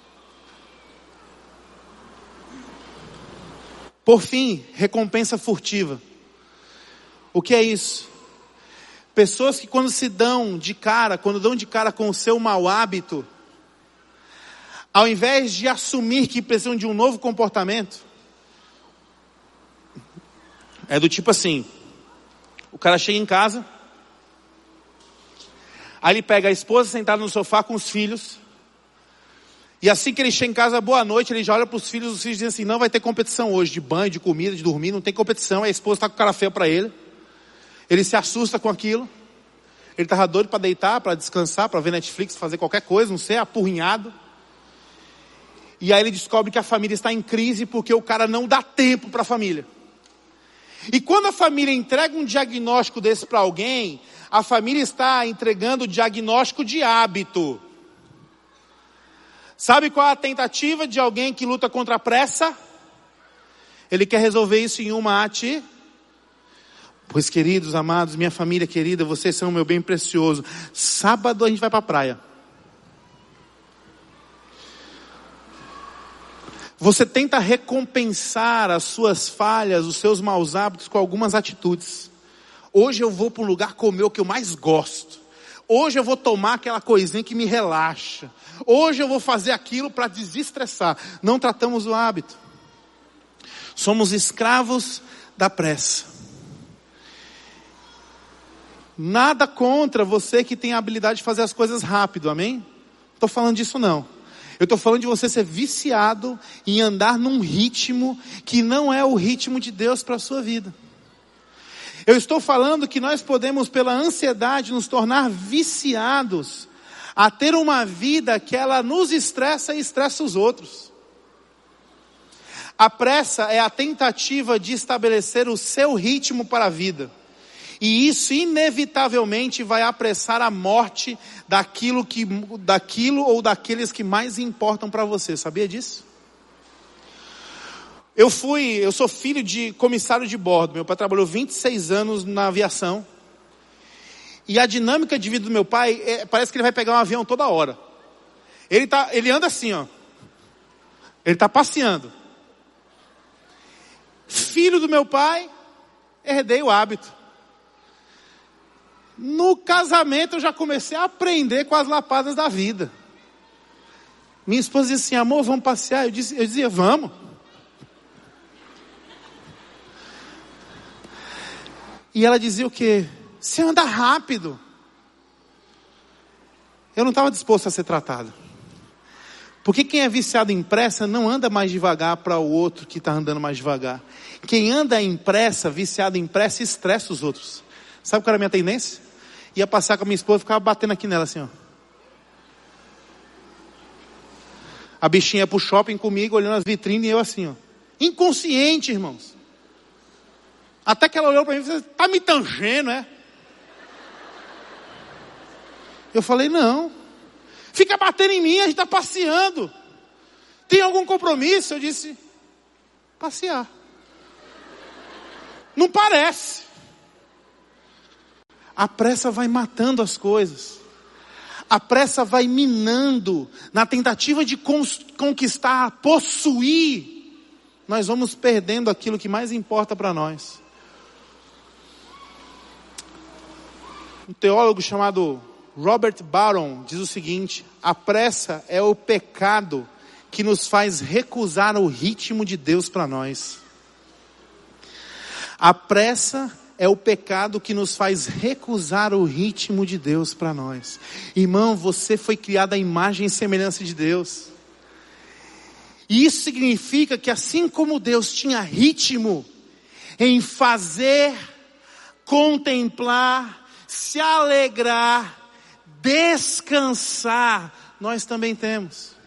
Por fim, recompensa furtiva. O que é isso? Pessoas que quando dão de cara com o seu mau hábito, ao invés de assumir que precisam de um novo comportamento, é do tipo assim, o cara chega em casa, aí ele pega a esposa sentada no sofá com os filhos, e assim que ele chega em casa, boa noite, ele já olha para os filhos dizem assim, não vai ter competição hoje, de banho, de comida, de dormir, não tem competição, a esposa está com cara feia para ele se assusta com aquilo, ele estava doido para deitar, para descansar, para ver Netflix, fazer qualquer coisa, não sei, apurrinhado. E aí ele descobre que a família está em crise porque o cara não dá tempo para a família. E quando a família entrega um diagnóstico desse para alguém, a família está entregando o diagnóstico de hábito. Sabe qual é a tentativa de alguém que luta contra a pressa? Ele quer resolver isso em uma atitude. Pois queridos, amados, minha família querida, vocês são o meu bem precioso. Sábado a gente vai para a praia. Você tenta recompensar as suas falhas, os seus maus hábitos com algumas atitudes. Hoje eu vou para um lugar comer o que eu mais gosto. Hoje eu vou tomar aquela coisinha que me relaxa. Hoje eu vou fazer aquilo para desestressar. Não tratamos o hábito. Somos escravos da pressa. Nada contra você que tem a habilidade de fazer as coisas rápido, amém? Não estou falando disso não. Eu estou falando de você ser viciado em andar num ritmo que não é o ritmo de Deus para a sua vida. Eu estou falando que nós podemos, pela ansiedade, nos tornar viciados a ter uma vida que ela nos estressa e estressa os outros. A pressa é a tentativa de estabelecer o seu ritmo para a vida. E isso inevitavelmente vai apressar a morte daquilo ou daqueles que mais importam para você. Sabia disso? Eu sou filho de comissário de bordo. Meu pai trabalhou 26 anos na aviação. E a dinâmica de vida do meu pai, parece que ele vai pegar um avião toda hora. Ele anda assim, ó. Ele está passeando. Filho do meu pai, herdei o hábito. No casamento eu já comecei a aprender com as lapadas da vida. Minha esposa disse assim, amor, vamos passear? Eu dizia, vamos. E ela dizia o quê? Você anda rápido. Eu não estava disposto a ser tratado. Porque quem é viciado em pressa não anda mais devagar para o outro que está andando mais devagar. Quem anda em pressa, viciado em pressa, estressa os outros. Sabe qual era a minha tendência? Ia passar com a minha esposa e ficava batendo aqui nela assim, ó. A bichinha ia pro shopping comigo, olhando as vitrines e eu assim, ó. Inconsciente, irmãos. Até que ela olhou para mim e disse, tá me tangendo, é? Eu falei, não. Fica batendo em mim, a gente está passeando. Tem algum compromisso? Eu disse, passear. Não parece. A pressa vai matando as coisas. A pressa vai minando. Na tentativa de conquistar, possuir, nós vamos perdendo aquilo que mais importa para nós. Um teólogo chamado Robert Barron diz o seguinte: a pressa é o pecado que nos faz recusar o ritmo de Deus para nós. A pressa é o pecado que nos faz recusar o ritmo de Deus para nós. Irmão, você foi criado à imagem e semelhança de Deus. E isso significa que assim como Deus tinha ritmo em fazer, contemplar, se alegrar, descansar, nós também temos.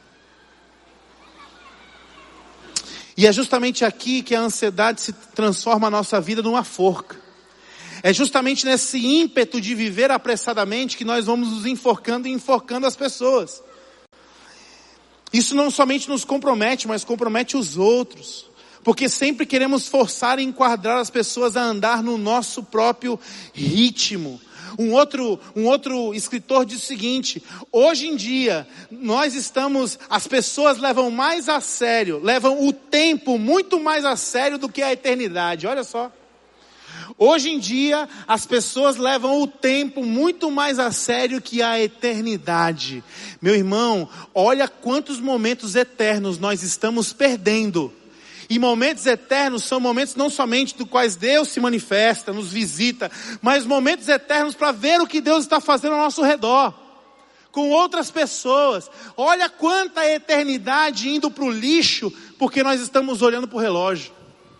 E é justamente aqui que a ansiedade se transforma a nossa vida numa forca. É justamente nesse ímpeto de viver apressadamente que nós vamos nos enforcando e enforcando as pessoas. Isso não somente nos compromete, mas compromete os outros. Porque sempre queremos forçar e enquadrar as pessoas a andar no nosso próprio ritmo. Um outro escritor diz o seguinte: hoje em dia, as pessoas levam mais a sério, levam o tempo muito mais a sério do que a eternidade. Olha só. Hoje em dia, as pessoas levam o tempo muito mais a sério que a eternidade. Meu irmão, olha quantos momentos eternos nós estamos perdendo. E momentos eternos são momentos não somente do quais Deus se manifesta, nos visita, mas momentos eternos para ver o que Deus está fazendo ao nosso redor, com outras pessoas. Olha quanta eternidade indo para o lixo, porque nós estamos olhando para o relógio.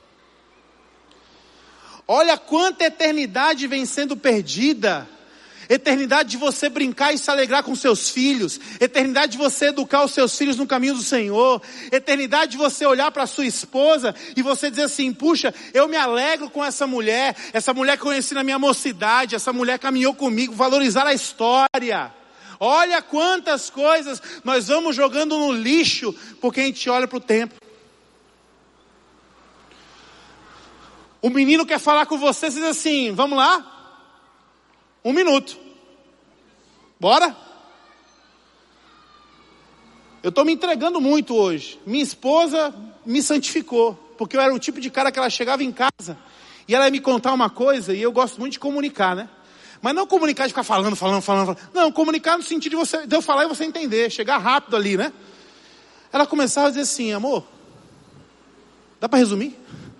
Olha quanta eternidade vem sendo perdida. Eternidade de você brincar e se alegrar com seus filhos. Eternidade de você educar os seus filhos no caminho do Senhor. Eternidade de você olhar para a sua esposa e você dizer assim: puxa, eu me alegro com essa mulher que eu conheci na minha mocidade, essa mulher caminhou comigo. Valorizar a história. Olha quantas coisas nós vamos jogando no lixo porque a gente olha para o tempo. O menino quer falar com você diz assim: vamos lá? 1 minuto. Bora? Eu estou me entregando muito hoje. Minha esposa me santificou, porque eu era o tipo de cara que ela chegava em casa e ela ia me contar uma coisa, e eu gosto muito de comunicar, né? Mas não comunicar de ficar falando. Não, comunicar no sentido de eu falar e você entender, chegar rápido ali, né? Ela começava a dizer assim: amor, dá para resumir?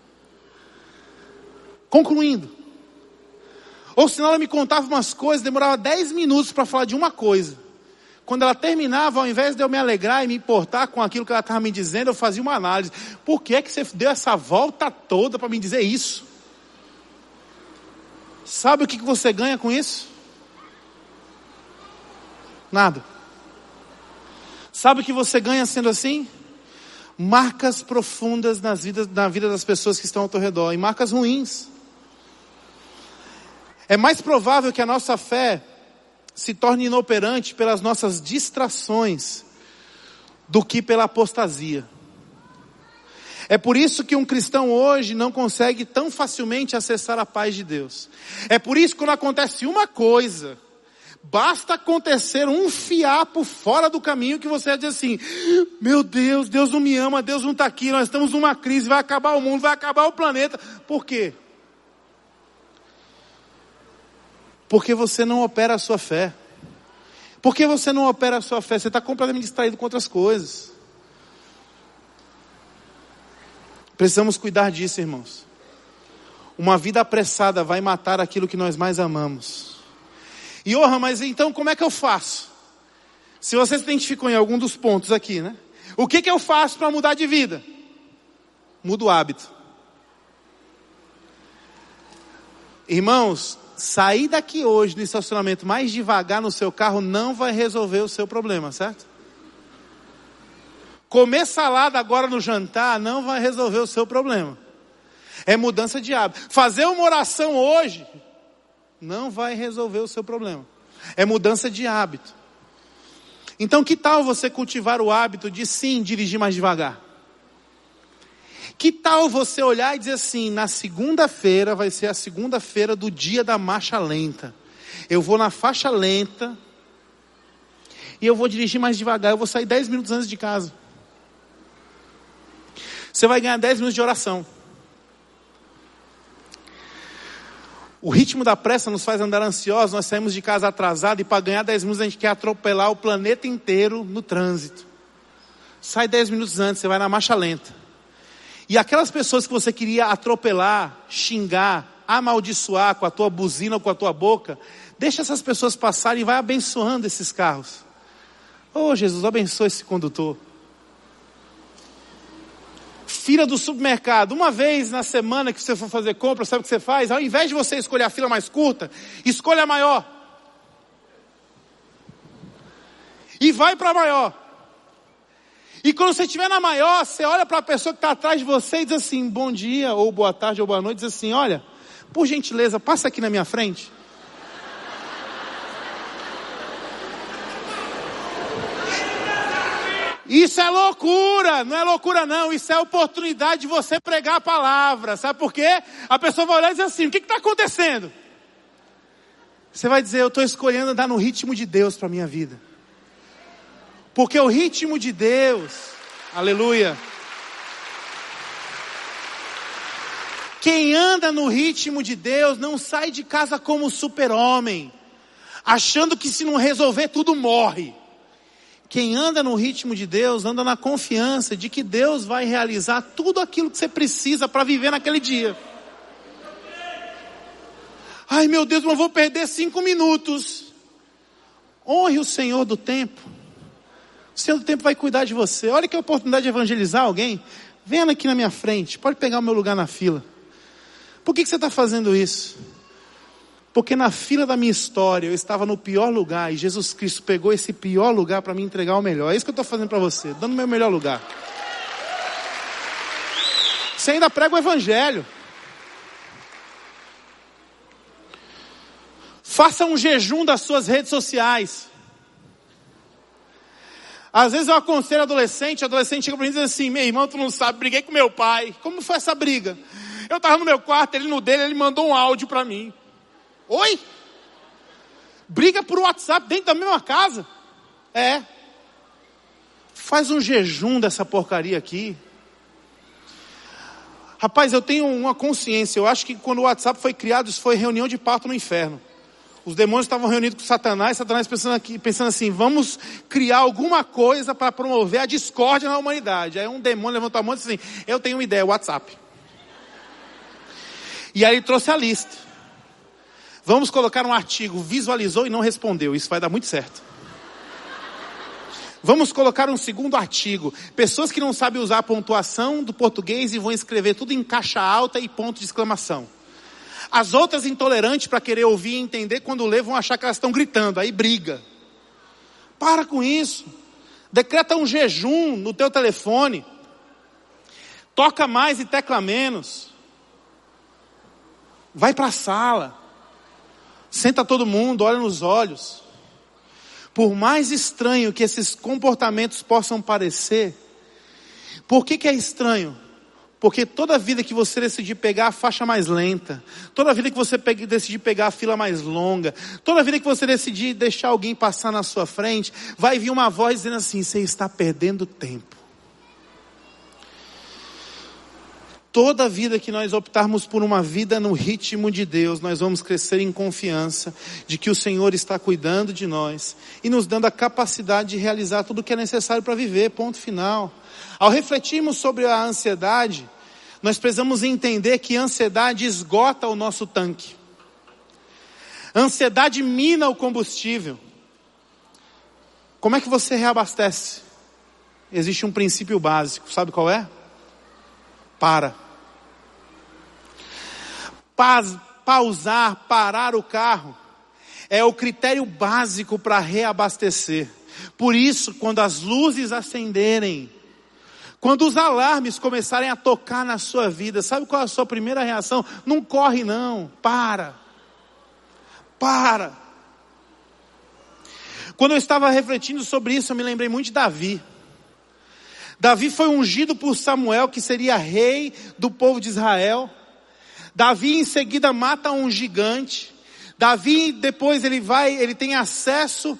Concluindo. Ou senão ela me contava umas coisas, demorava 10 minutos para falar de uma coisa. Quando ela terminava, ao invés de eu me alegrar e me importar com aquilo que ela estava me dizendo, eu fazia uma análise. Por que é que você deu essa volta toda para me dizer isso? Sabe o que você ganha com isso? Nada. Sabe o que você ganha sendo assim? Marcas profundas na vida das pessoas que estão ao teu redor, e marcas ruins. É mais provável que a nossa fé se torne inoperante pelas nossas distrações do que pela apostasia. É por isso que um cristão hoje não consegue tão facilmente acessar a paz de Deus. É por isso que quando acontece uma coisa, basta acontecer um fiapo fora do caminho que você diz assim: meu Deus, Deus não me ama, Deus não está aqui, nós estamos numa crise, vai acabar o mundo, vai acabar o planeta. Por quê? Porque você não opera a sua fé. Por que você não opera a sua fé? Você está completamente distraído com outras coisas. Precisamos cuidar disso, irmãos. Uma vida apressada vai matar aquilo que nós mais amamos. E mas então como é que eu faço? Se você se identificou em algum dos pontos aqui, né? O que eu faço para mudar de vida? Muda o hábito. Irmãos, sair daqui hoje no estacionamento mais devagar no seu carro não vai resolver o seu problema, certo? Comer salada agora no jantar não vai resolver o seu problema. É mudança de hábito. Fazer uma oração hoje não vai resolver o seu problema. É mudança de hábito. Então que tal você cultivar o hábito de sim dirigir mais devagar? Que tal você olhar e dizer assim: na segunda-feira vai ser a segunda-feira do dia da marcha lenta. eu vou na faixa lenta, e eu vou dirigir mais devagar, eu vou sair 10 minutos antes de casa. Você vai ganhar 10 minutos de oração. O ritmo da pressa nos faz andar ansiosos, nós saímos de casa atrasado e para ganhar 10 minutos a gente quer atropelar o planeta inteiro no trânsito. Sai 10 minutos antes, você vai na marcha lenta. E aquelas pessoas que você queria atropelar, xingar, amaldiçoar com a tua buzina ou com a tua boca, deixa essas pessoas passarem e vai abençoando esses carros. Oh, Jesus, abençoa esse condutor. Fila do supermercado. Uma vez na semana que você for fazer compra, sabe o que você faz? Ao invés de você escolher a fila mais curta, escolha a maior. E vai para a maior. E quando você estiver na maior, você olha para a pessoa que está atrás de você e diz assim, bom dia, ou boa tarde, ou boa noite, diz assim, olha, por gentileza, passa aqui na minha frente. Isso é loucura, não é loucura não, isso é oportunidade de você pregar a palavra, sabe por quê? A pessoa vai olhar e dizer assim, o que está acontecendo? Você vai dizer, eu estou escolhendo andar no ritmo de Deus para a minha vida. Porque o ritmo de Deus, aleluia. Quem anda no ritmo de Deus não sai de casa como super-homem, achando que se não resolver tudo morre. Quem anda no ritmo de Deus, anda na confiança de que Deus vai realizar tudo aquilo que você precisa para viver naquele dia. Ai meu Deus, mas eu vou perder 5 minutos. Honre o Senhor do tempo. O Senhor do tempo vai cuidar de você. Olha que oportunidade de evangelizar alguém. Venha aqui na minha frente, pode pegar o meu lugar na fila. Por que você está fazendo isso? Porque na fila da minha história eu estava no pior lugar e Jesus Cristo pegou esse pior lugar para me entregar o melhor. É isso que eu estou fazendo para você, dando o meu melhor lugar. Você ainda prega o evangelho. Faça um jejum das suas redes sociais. Às vezes eu aconselho adolescente chega para mim e diz assim, meu irmão, tu não sabe, briguei com meu pai. Como foi essa briga? Eu estava no meu quarto, ele no dele, ele mandou um áudio para mim. Oi? Briga por WhatsApp dentro da mesma casa? É. Faz um jejum dessa porcaria aqui. Rapaz, eu tenho uma consciência. Eu acho que quando o WhatsApp foi criado, isso foi reunião de parto no inferno. Os demônios estavam reunidos com Satanás pensando assim, vamos criar alguma coisa para promover a discórdia na humanidade. Aí um demônio levantou a mão e disse assim, eu tenho uma ideia, WhatsApp. E aí ele trouxe a lista. Vamos colocar um artigo, visualizou e não respondeu, isso vai dar muito certo. Vamos colocar um segundo artigo, pessoas que não sabem usar a pontuação do português e vão escrever tudo em caixa alta e ponto de exclamação. As outras intolerantes para querer ouvir e entender, quando lê vão achar que elas estão gritando, aí briga. Para com isso. Decreta um jejum no teu telefone. Toca mais e tecla menos. Vai para a sala. Senta todo mundo, olha nos olhos. Por mais estranho que esses comportamentos possam parecer, por que é estranho? Porque toda vida que você decidir pegar a faixa mais lenta, toda vida que você decidir pegar a fila mais longa, toda vida que você decidir deixar alguém passar na sua frente, vai vir uma voz dizendo assim, você está perdendo tempo. Toda vida que nós optarmos por uma vida no ritmo de Deus, nós vamos crescer em confiança de que o Senhor está cuidando de nós e nos dando a capacidade de realizar tudo o que é necessário para viver, ponto final. Ao refletirmos sobre a ansiedade, nós precisamos entender que a ansiedade esgota o nosso tanque. A ansiedade mina o combustível. Como é que você reabastece? Existe um princípio básico, sabe qual é? Pausar, parar o carro, é o critério básico para reabastecer. Por isso, quando as luzes acenderem, quando os alarmes começarem a tocar na sua vida, sabe qual é a sua primeira reação? Não corre não, para. Quando eu estava refletindo sobre isso, eu me lembrei muito de Davi. Davi foi ungido por Samuel, que seria rei do povo de Israel. Davi em seguida mata um gigante. Davi depois ele tem acesso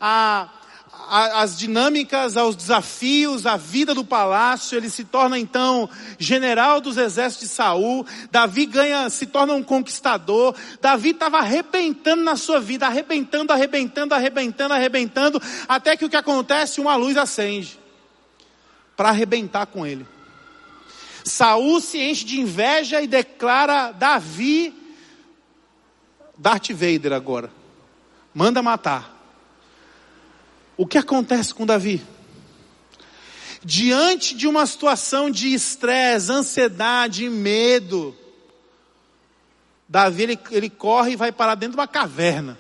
às dinâmicas, aos desafios, à vida do palácio. Ele se torna então general dos exércitos de Saul. Davi se torna um conquistador. Davi estava arrebentando na sua vida, arrebentando, até que o que acontece? Uma luz acende para arrebentar com ele. Saul se enche de inveja e declara Davi Darth Vader agora. Manda matar. O que acontece com Davi? Diante de uma situação de estresse, ansiedade, medo, Davi ele corre e vai parar dentro de uma caverna.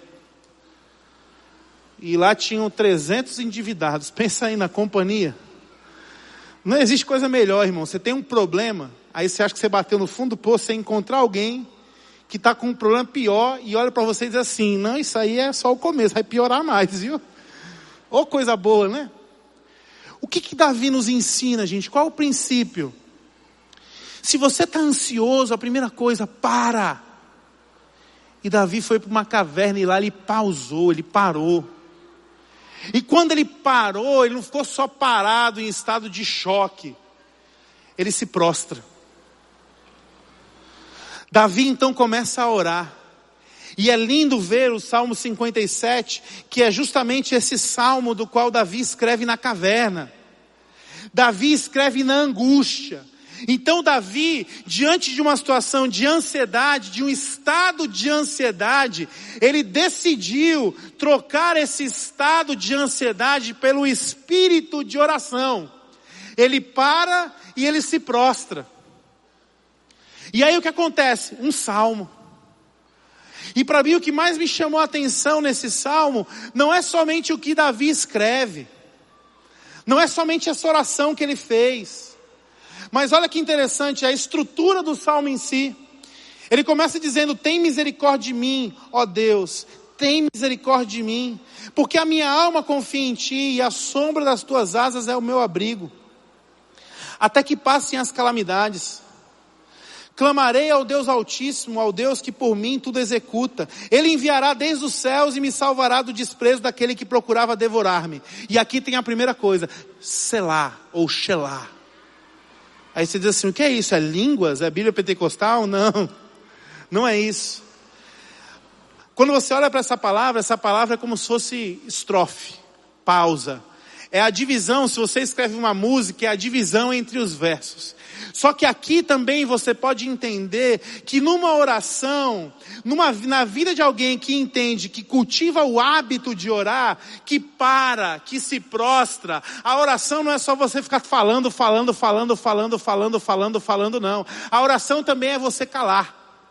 E lá tinham 300 endividados. Pensa aí na companhia. Não existe coisa melhor, irmão. Você tem um problema, aí você acha que você bateu no fundo do poço, você encontrar alguém que está com um problema pior e olha para você e diz assim: não, isso aí é só o começo, vai piorar mais, viu? Ô coisa boa, né? O que Davi nos ensina, gente? Qual é o princípio? Se você está ansioso, a primeira coisa, para. E Davi foi para uma caverna e lá ele pausou, ele parou. E quando ele parou, ele não ficou só parado em estado de choque. Ele se prostra. Davi então começa a orar. E é lindo ver o Salmo 57, que é justamente esse salmo do qual Davi escreve na caverna. Davi escreve na angústia. Então Davi, diante de uma situação de ansiedade, de um estado de ansiedade, ele decidiu trocar esse estado de ansiedade pelo espírito de oração. Ele para e ele se prostra. E aí o que acontece? Um salmo. E para mim o que mais me chamou a atenção nesse salmo, não é somente o que Davi escreve. Não é somente essa oração que ele fez. Mas olha que interessante, a estrutura do salmo em si. Ele começa dizendo: tem misericórdia de mim, ó Deus, tem misericórdia de mim, porque a minha alma confia em ti e a sombra das tuas asas é o meu abrigo. Até que passem as calamidades. Clamarei ao Deus Altíssimo, ao Deus que por mim tudo executa. Ele enviará desde os céus e me salvará do desprezo daquele que procurava devorar-me. E aqui tem a primeira coisa, Selá ou Shelá. Aí você diz assim: o que é isso? É línguas? É Bíblia pentecostal? Não, não é isso. Quando você olha para essa palavra é como se fosse estrofe, pausa. É a divisão, se você escreve uma música, é a divisão entre os versos. Só que aqui também você pode entender que numa oração, na vida de alguém que entende, que cultiva o hábito de orar, que para, que se prostra, a oração não é só você ficar falando, não. A oração também é você calar.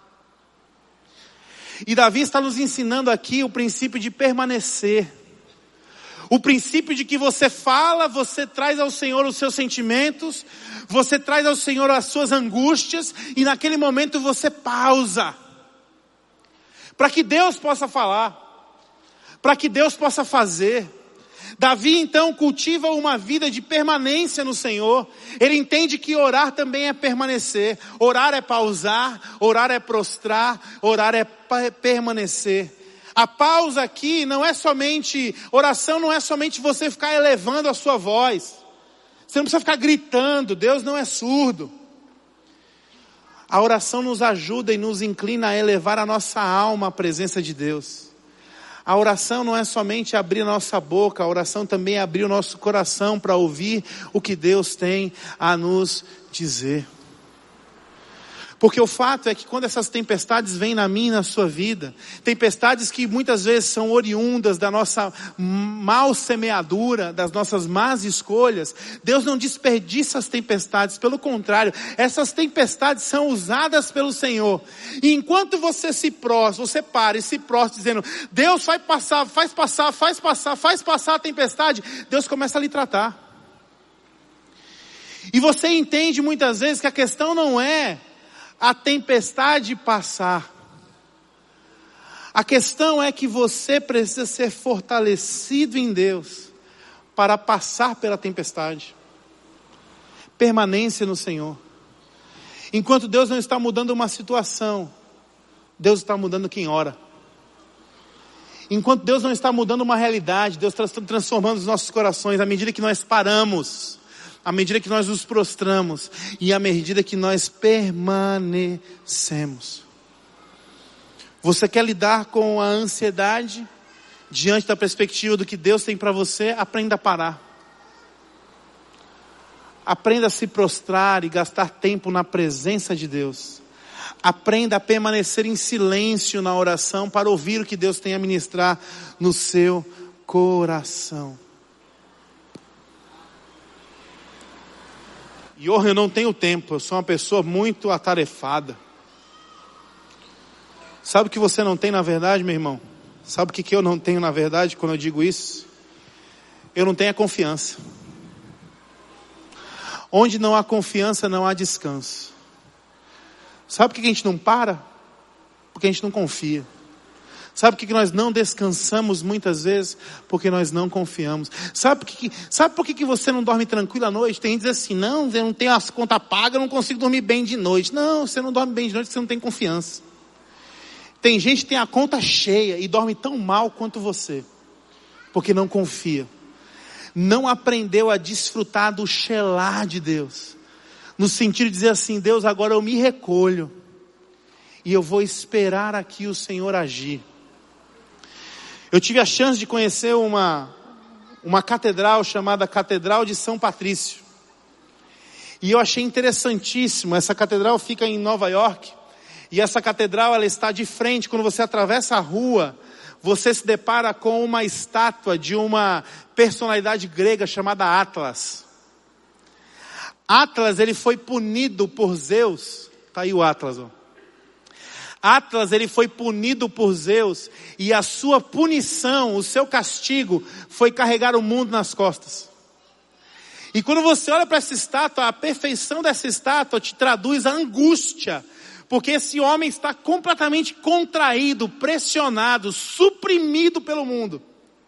E Davi está nos ensinando aqui o princípio de permanecer. O princípio de que você fala, você traz ao Senhor os seus sentimentos, você traz ao Senhor as suas angústias, e naquele momento você pausa. Para que Deus possa falar, para que Deus possa fazer. Davi então cultiva uma vida de permanência no Senhor. Ele entende que orar também é permanecer. Orar é pausar, orar é prostrar, orar é permanecer. A pausa aqui não é somente, oração não é somente você ficar elevando a sua voz. Você não precisa ficar gritando, Deus não é surdo. A oração nos ajuda e nos inclina a elevar a nossa alma à presença de Deus. A oração não é somente abrir a nossa boca, a oração também é abrir o nosso coração para ouvir o que Deus tem a nos dizer. Porque o fato é que quando essas tempestades vêm na minha e na sua vida, tempestades que muitas vezes são oriundas da nossa mal semeadura, das nossas más escolhas, Deus não desperdiça as tempestades, pelo contrário, essas tempestades são usadas pelo Senhor. E enquanto você se prostra, você para e se prostra dizendo: Deus faz passar a tempestade, Deus começa a lhe tratar. E você entende muitas vezes que a questão não é a tempestade passar. A questão é que você precisa ser fortalecido em Deus para passar pela tempestade. Permanência no Senhor. Enquanto Deus não está mudando uma situação, Deus está mudando quem ora. Enquanto Deus não está mudando uma realidade, Deus está transformando os nossos corações, à medida que nós paramos, à medida que nós nos prostramos e à medida que nós permanecemos. Você quer lidar com a ansiedade diante da perspectiva do que Deus tem para você? Aprenda a parar. Aprenda a se prostrar e gastar tempo na presença de Deus. Aprenda a permanecer em silêncio na oração para ouvir o que Deus tem a ministrar no seu coração. E eu não tenho tempo, eu sou uma pessoa muito atarefada. Sabe o que você não tem na verdade, meu irmão? Sabe o que eu não tenho na verdade quando eu digo isso? Eu não tenho a confiança. Onde não há confiança, não há descanso. Sabe por que a gente não para? Porque a gente não confia. Sabe por que nós não descansamos muitas vezes? Porque nós não confiamos. Sabe por que você não dorme tranquilo à noite? Tem gente que diz assim, não, eu não tenho as contas pagas, eu não consigo dormir bem de noite. Não, você não dorme bem de noite porque você não tem confiança. Tem gente que tem a conta cheia e dorme tão mal quanto você. Porque não confia. Não aprendeu a desfrutar do shelah de Deus. No sentido de dizer assim, Deus, agora eu me recolho. E eu vou esperar aqui o Senhor agir. Eu tive a chance de conhecer uma catedral chamada Catedral de São Patrício. E eu achei interessantíssimo. Essa catedral fica em Nova York. E essa catedral, ela está de frente. Quando você atravessa a rua, você se depara com uma estátua de uma personalidade grega chamada Atlas. Atlas, ele foi punido por Zeus. Está aí o Atlas, ó. Atlas, ele foi punido por Zeus. E a sua punição, o seu castigo, foi carregar o mundo nas costas. E quando você olha para essa estátua, a perfeição dessa estátua te traduz a angústia. Porque esse homem está completamente contraído, pressionado, suprimido pelo mundo.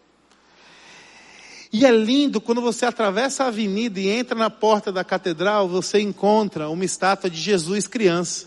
E é lindo quando você atravessa a avenida e entra na porta da catedral, você encontra uma estátua de Jesus criança.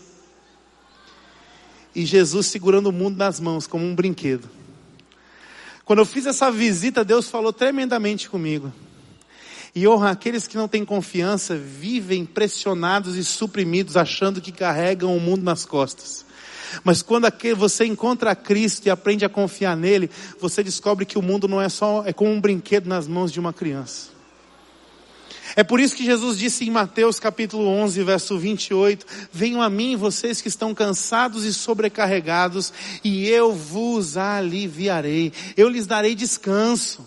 E Jesus segurando o mundo nas mãos como um brinquedo. Quando eu fiz essa visita, Deus falou tremendamente comigo. E aqueles que não têm confiança vivem pressionados e suprimidos, achando que carregam o mundo nas costas. Mas quando você encontra Cristo e aprende a confiar nele, você descobre que o mundo não é como um brinquedo nas mãos de uma criança. É por isso que Jesus disse em Mateus capítulo 11, verso 28, venham a mim vocês que estão cansados e sobrecarregados, e eu vos aliviarei, eu lhes darei descanso.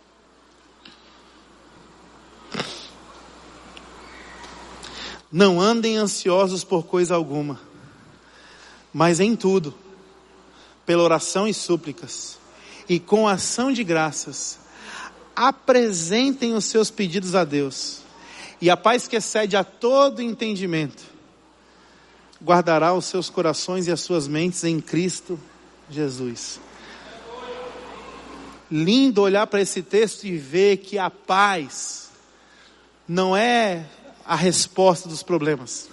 Não andem ansiosos por coisa alguma, mas em tudo, pela oração e súplicas, e com ação de graças, apresentem os seus pedidos a Deus, e a paz que excede a todo entendimento, guardará os seus corações e as suas mentes em Cristo Jesus. Lindo olhar para esse texto e ver que a paz não é a resposta dos problemas.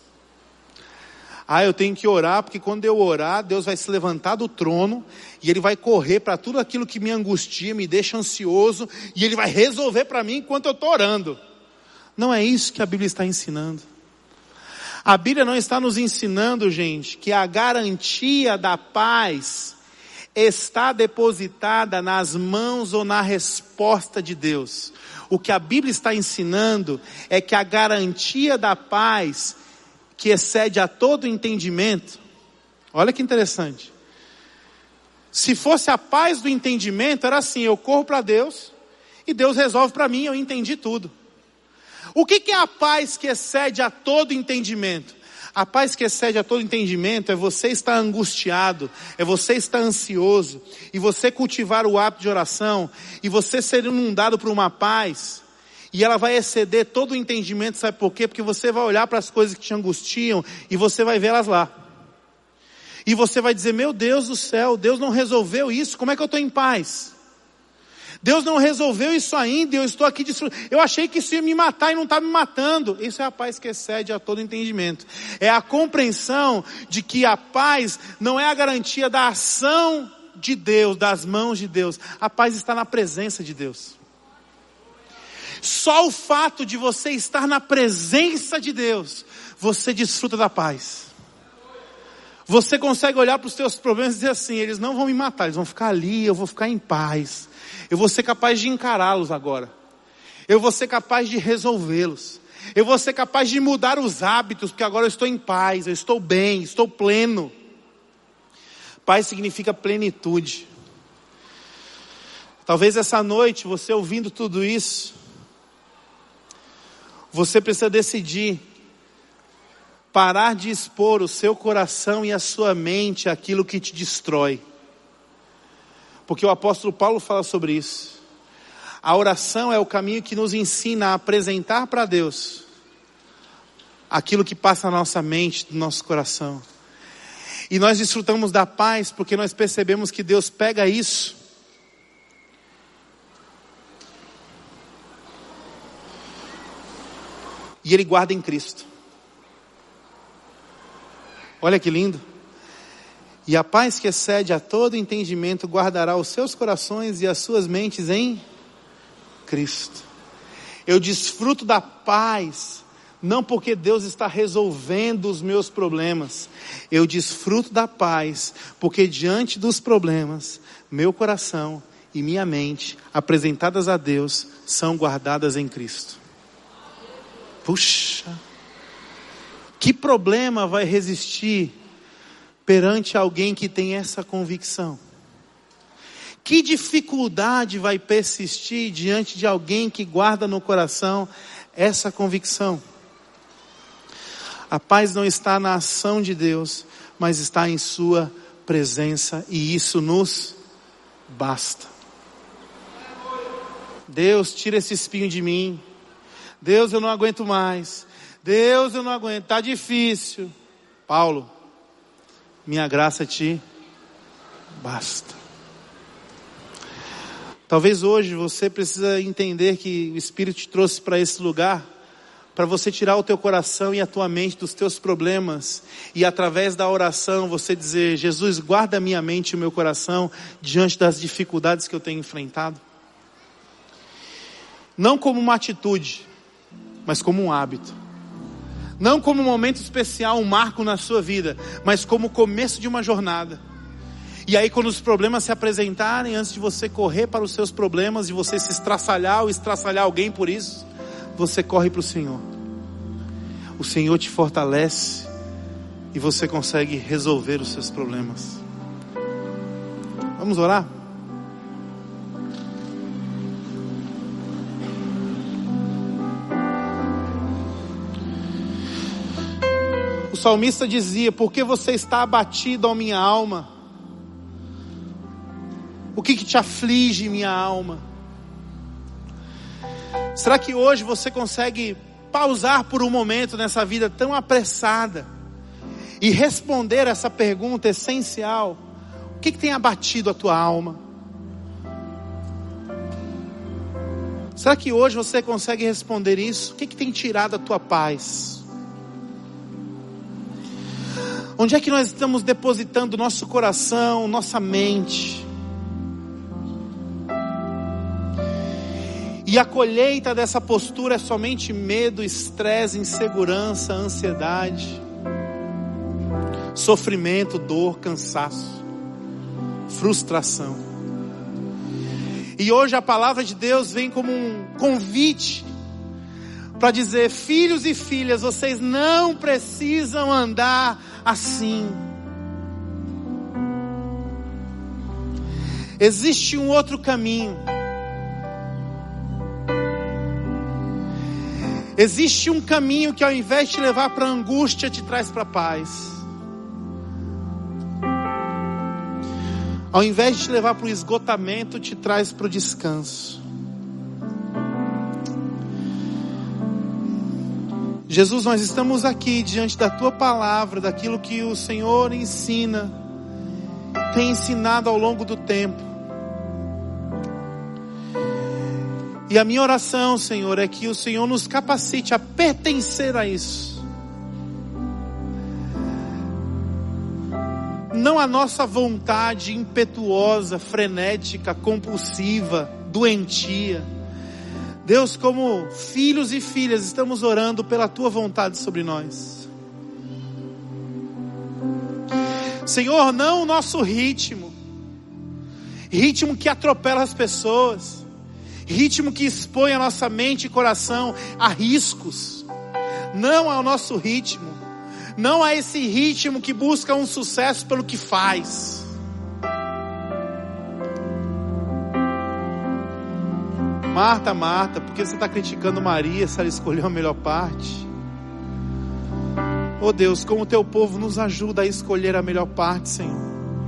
Eu tenho que orar, porque quando eu orar, Deus vai se levantar do trono, e Ele vai correr para tudo aquilo que me angustia, me deixa ansioso, e Ele vai resolver para mim enquanto eu estou orando. Não é isso que a Bíblia está ensinando. A Bíblia não está nos ensinando, gente, que a garantia da paz está depositada nas mãos ou na resposta de Deus. O que a Bíblia está ensinando é que a garantia da paz, que excede a todo entendimento, olha que interessante. Se fosse a paz do entendimento, era assim, eu corro para Deus, e Deus resolve para mim, eu entendi tudo. O que é a paz que excede a todo entendimento? A paz que excede a todo entendimento é você estar angustiado, é você estar ansioso, e você cultivar o hábito de oração, e você ser inundado por uma paz, e ela vai exceder todo o entendimento, sabe por quê? Porque você vai olhar para as coisas que te angustiam, e você vai vê-las lá. E você vai dizer, meu Deus do céu, Deus não resolveu isso, como é que eu estou em paz? Deus não resolveu isso ainda, eu estou aqui eu achei que isso ia me matar e não está me matando. Isso é a paz que excede a todo entendimento. É a compreensão de que a paz não é a garantia da ação de Deus, das mãos de Deus. A paz está na presença de Deus. Só o fato de você estar na presença de Deus, você desfruta da paz. Você consegue olhar para os seus problemas e dizer assim: eles não vão me matar, eles vão ficar ali, eu vou ficar em paz. Eu vou ser capaz de encará-los agora. Eu vou ser capaz de resolvê-los. Eu vou ser capaz de mudar os hábitos, porque agora eu estou em paz, eu estou bem, estou pleno. Paz significa plenitude. Talvez essa noite, você ouvindo tudo isso, você precisa decidir parar de expor o seu coração e a sua mente àquilo que te destrói. Porque o apóstolo Paulo fala sobre isso. A oração é o caminho que nos ensina a apresentar para Deus aquilo que passa na nossa mente, no nosso coração. E nós desfrutamos da paz porque nós percebemos que Deus pega isso e Ele guarda em Cristo. Olha que lindo. E a paz que excede a todo entendimento guardará os seus corações e as suas mentes em Cristo. Eu desfruto da paz, não porque Deus está resolvendo os meus problemas. Eu desfruto da paz, porque diante dos problemas, meu coração e minha mente, apresentadas a Deus, são guardadas em Cristo. Puxa! Que problema vai resistir perante alguém que tem essa convicção? Que dificuldade vai persistir diante de alguém que guarda no coração essa convicção? A paz não está na ação de Deus, mas está em sua presença, e isso nos basta. Deus, tira esse espinho de mim. Deus, eu não aguento mais. Deus, eu não aguento, está difícil. Paulo, minha graça te basta. Talvez hoje você precisa entender que o Espírito te trouxe para esse lugar, para você tirar o teu coração e a tua mente dos teus problemas, e através da oração você dizer: Jesus, guarda a minha mente e o meu coração diante das dificuldades que eu tenho enfrentado. Não como uma atitude, mas como um hábito. Não como um momento especial, um marco na sua vida, mas como o começo de uma jornada. E aí quando os problemas se apresentarem, antes de você correr para os seus problemas e você se estraçalhar ou estraçalhar alguém por isso, você corre para o Senhor. O Senhor te fortalece e você consegue resolver os seus problemas. Vamos orar? O salmista dizia: por que você está abatido, ó minha alma? O que te aflige, minha alma? Será que hoje você consegue pausar por um momento nessa vida tão apressada e responder essa pergunta essencial? O que tem abatido a tua alma? Será que hoje você consegue responder isso? O que tem tirado a tua paz? Onde é que nós estamos depositando nosso coração, nossa mente? E a colheita dessa postura é somente medo, estresse, insegurança, ansiedade, sofrimento, dor, cansaço, frustração. E hoje a palavra de Deus vem como um convite para dizer: filhos e filhas, vocês não precisam andar assim. Existe um outro caminho. Existe um caminho que, ao invés de te levar para a angústia, te traz para a paz. Ao invés de te levar para o esgotamento, te traz para o descanso. Jesus, nós estamos aqui diante da Tua palavra, daquilo que o Senhor ensina, tem ensinado ao longo do tempo. E a minha oração, Senhor, é que o Senhor nos capacite a pertencer a isso. não a nossa vontade impetuosa, frenética, compulsiva, doentia. Deus, como filhos e filhas, estamos orando pela tua vontade sobre nós. Senhor, não o nosso ritmo que atropela as pessoas, ritmo que expõe a nossa mente e coração a riscos. Não é o nosso ritmo, não é esse ritmo que busca um sucesso pelo que faz. Marta, Marta, por que você está criticando Maria se ela escolheu a melhor parte? Oh Deus, como o teu povo nos ajuda a escolher a melhor parte, Senhor.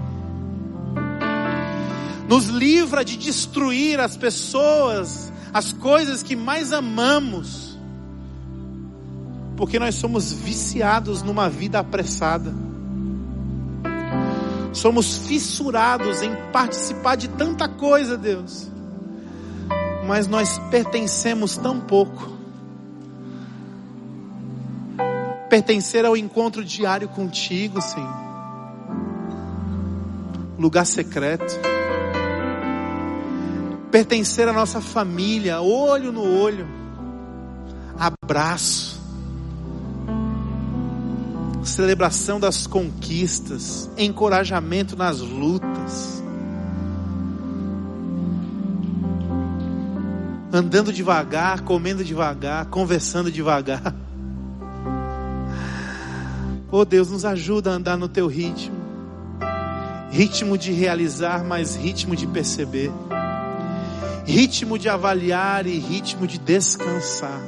Nos livra de destruir as pessoas, as coisas que mais amamos, porque nós somos viciados numa vida apressada. Somos fissurados em participar de tanta coisa, Deus, mas nós pertencemos tão pouco. Pertencer ao encontro diário contigo, Senhor, lugar secreto. Pertencer à nossa família, olho no olho, abraço, celebração das conquistas, encorajamento nas lutas, andando devagar, comendo devagar, conversando devagar. Oh Deus, nos ajuda a andar no teu ritmo, ritmo de realizar, mas ritmo de perceber, ritmo de avaliar e ritmo de descansar.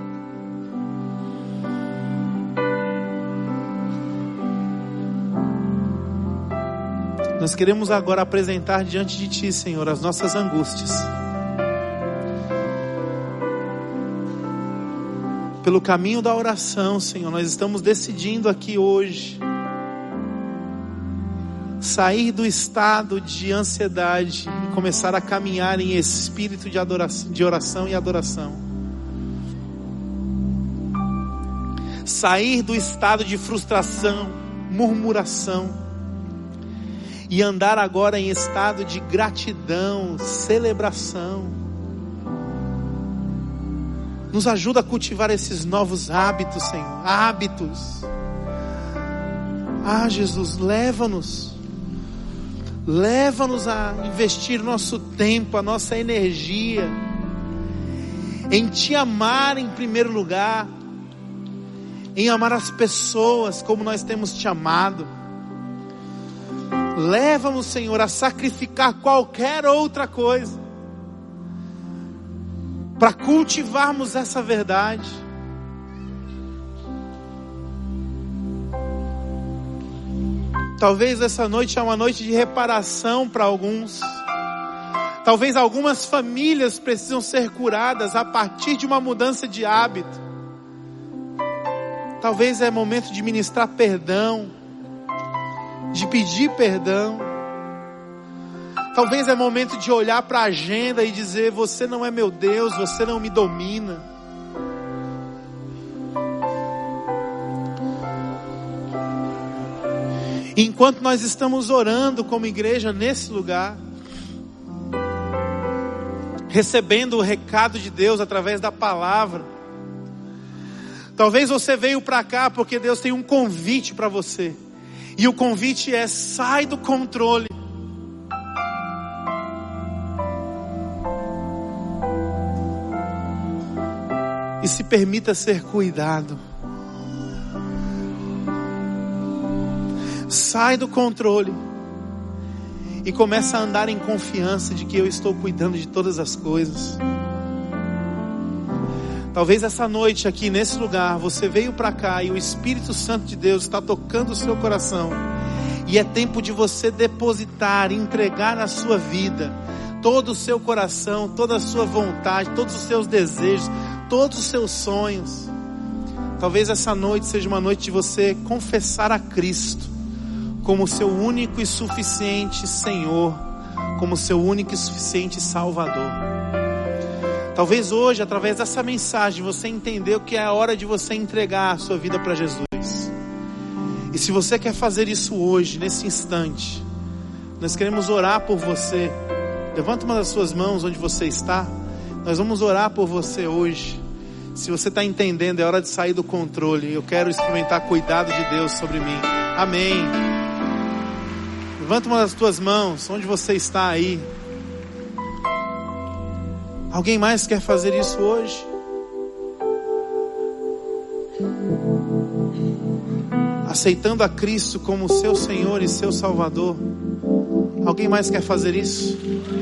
Nós queremos agora apresentar diante de ti, Senhor, as nossas angústias. Pelo caminho da oração, Senhor, nós estamos decidindo aqui hoje sair do estado de ansiedade e começar a caminhar em espírito de oração e adoração. Sair do estado de frustração, murmuração, e andar agora em estado de gratidão, celebração. Nos ajuda a cultivar esses novos hábitos, Senhor. Hábitos. Ah, Jesus, leva-nos a investir nosso tempo, a nossa energia em te amar em primeiro lugar, em amar as pessoas como nós temos te amado. Leva-nos, Senhor, a sacrificar qualquer outra coisa para cultivarmos essa verdade. Talvez essa noite é uma noite de reparação para alguns. Talvez algumas famílias precisam ser curadas a partir de uma mudança de hábito. Talvez é momento de ministrar perdão, de pedir perdão. Talvez é momento de olhar para a agenda e dizer: você não é meu Deus, você não me domina. Enquanto nós estamos orando como igreja nesse lugar, recebendo o recado de Deus através da palavra, talvez você veio para cá porque Deus tem um convite para você. E o convite é: sai do controle. E se permita ser cuidado. Sai do controle e começa a andar em confiança de que eu estou cuidando de todas as coisas. Talvez essa noite aqui nesse lugar você veio para cá e o Espírito Santo de Deus está tocando o seu coração, e é tempo de você depositar, entregar na sua vida todo o seu coração, toda a sua vontade, todos os seus desejos, todos os seus sonhos. Talvez essa noite seja uma noite de você confessar a Cristo como seu único e suficiente Senhor, como seu único e suficiente Salvador. Talvez hoje, através dessa mensagem, você entendeu que é a hora de você entregar a sua vida para Jesus. E E se você quer fazer isso hoje, nesse instante, nós queremos orar por você. Levanta uma das suas mãos onde você está. Nós vamos orar por você hoje. Se você está entendendo, é hora de sair do controle. Eu quero experimentar cuidado de Deus sobre mim. Amém. Levanta uma das tuas mãos onde você está aí. Alguém mais quer fazer isso hoje? Aceitando a Cristo como seu Senhor e seu Salvador. Alguém mais quer fazer isso?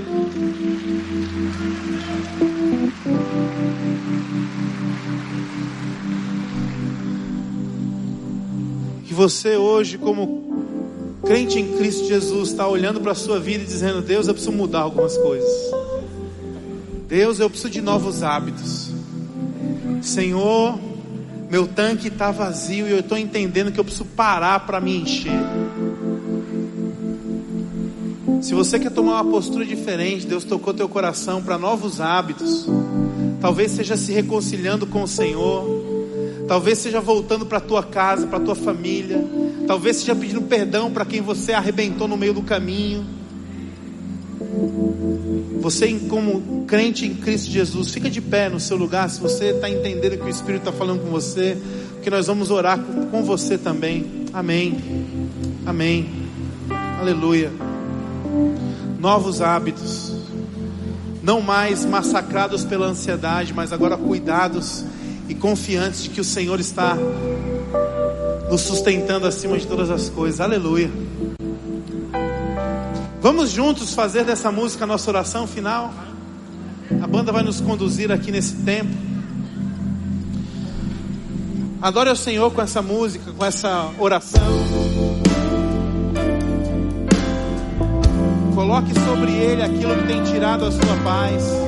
Que você hoje, como crente em Cristo Jesus, está olhando para a sua vida e dizendo: Deus, eu preciso mudar algumas coisas. Deus, eu preciso de novos hábitos. Senhor, meu tanque está vazio e eu estou entendendo que eu preciso parar para me encher. Se você quer tomar uma postura diferente, Deus tocou teu coração para novos hábitos. Talvez seja se reconciliando com o Senhor. Talvez seja voltando para a tua casa, para a tua família. Talvez seja pedindo perdão para quem você arrebentou no meio do caminho. Você, como crente em Cristo Jesus, fica de pé no seu lugar. Se você está entendendo que o Espírito está falando com você, que nós vamos orar com você também. Amém. Amém. Aleluia. Novos hábitos, não mais massacrados pela ansiedade, mas agora cuidados e confiantes de que o Senhor está nos sustentando acima de todas as coisas. Aleluia. Vamos juntos fazer dessa música a nossa oração final. A banda vai nos conduzir aqui nesse tempo. Adore ao Senhor com essa música, com essa oração. Coloque sobre Ele aquilo que tem tirado a sua paz.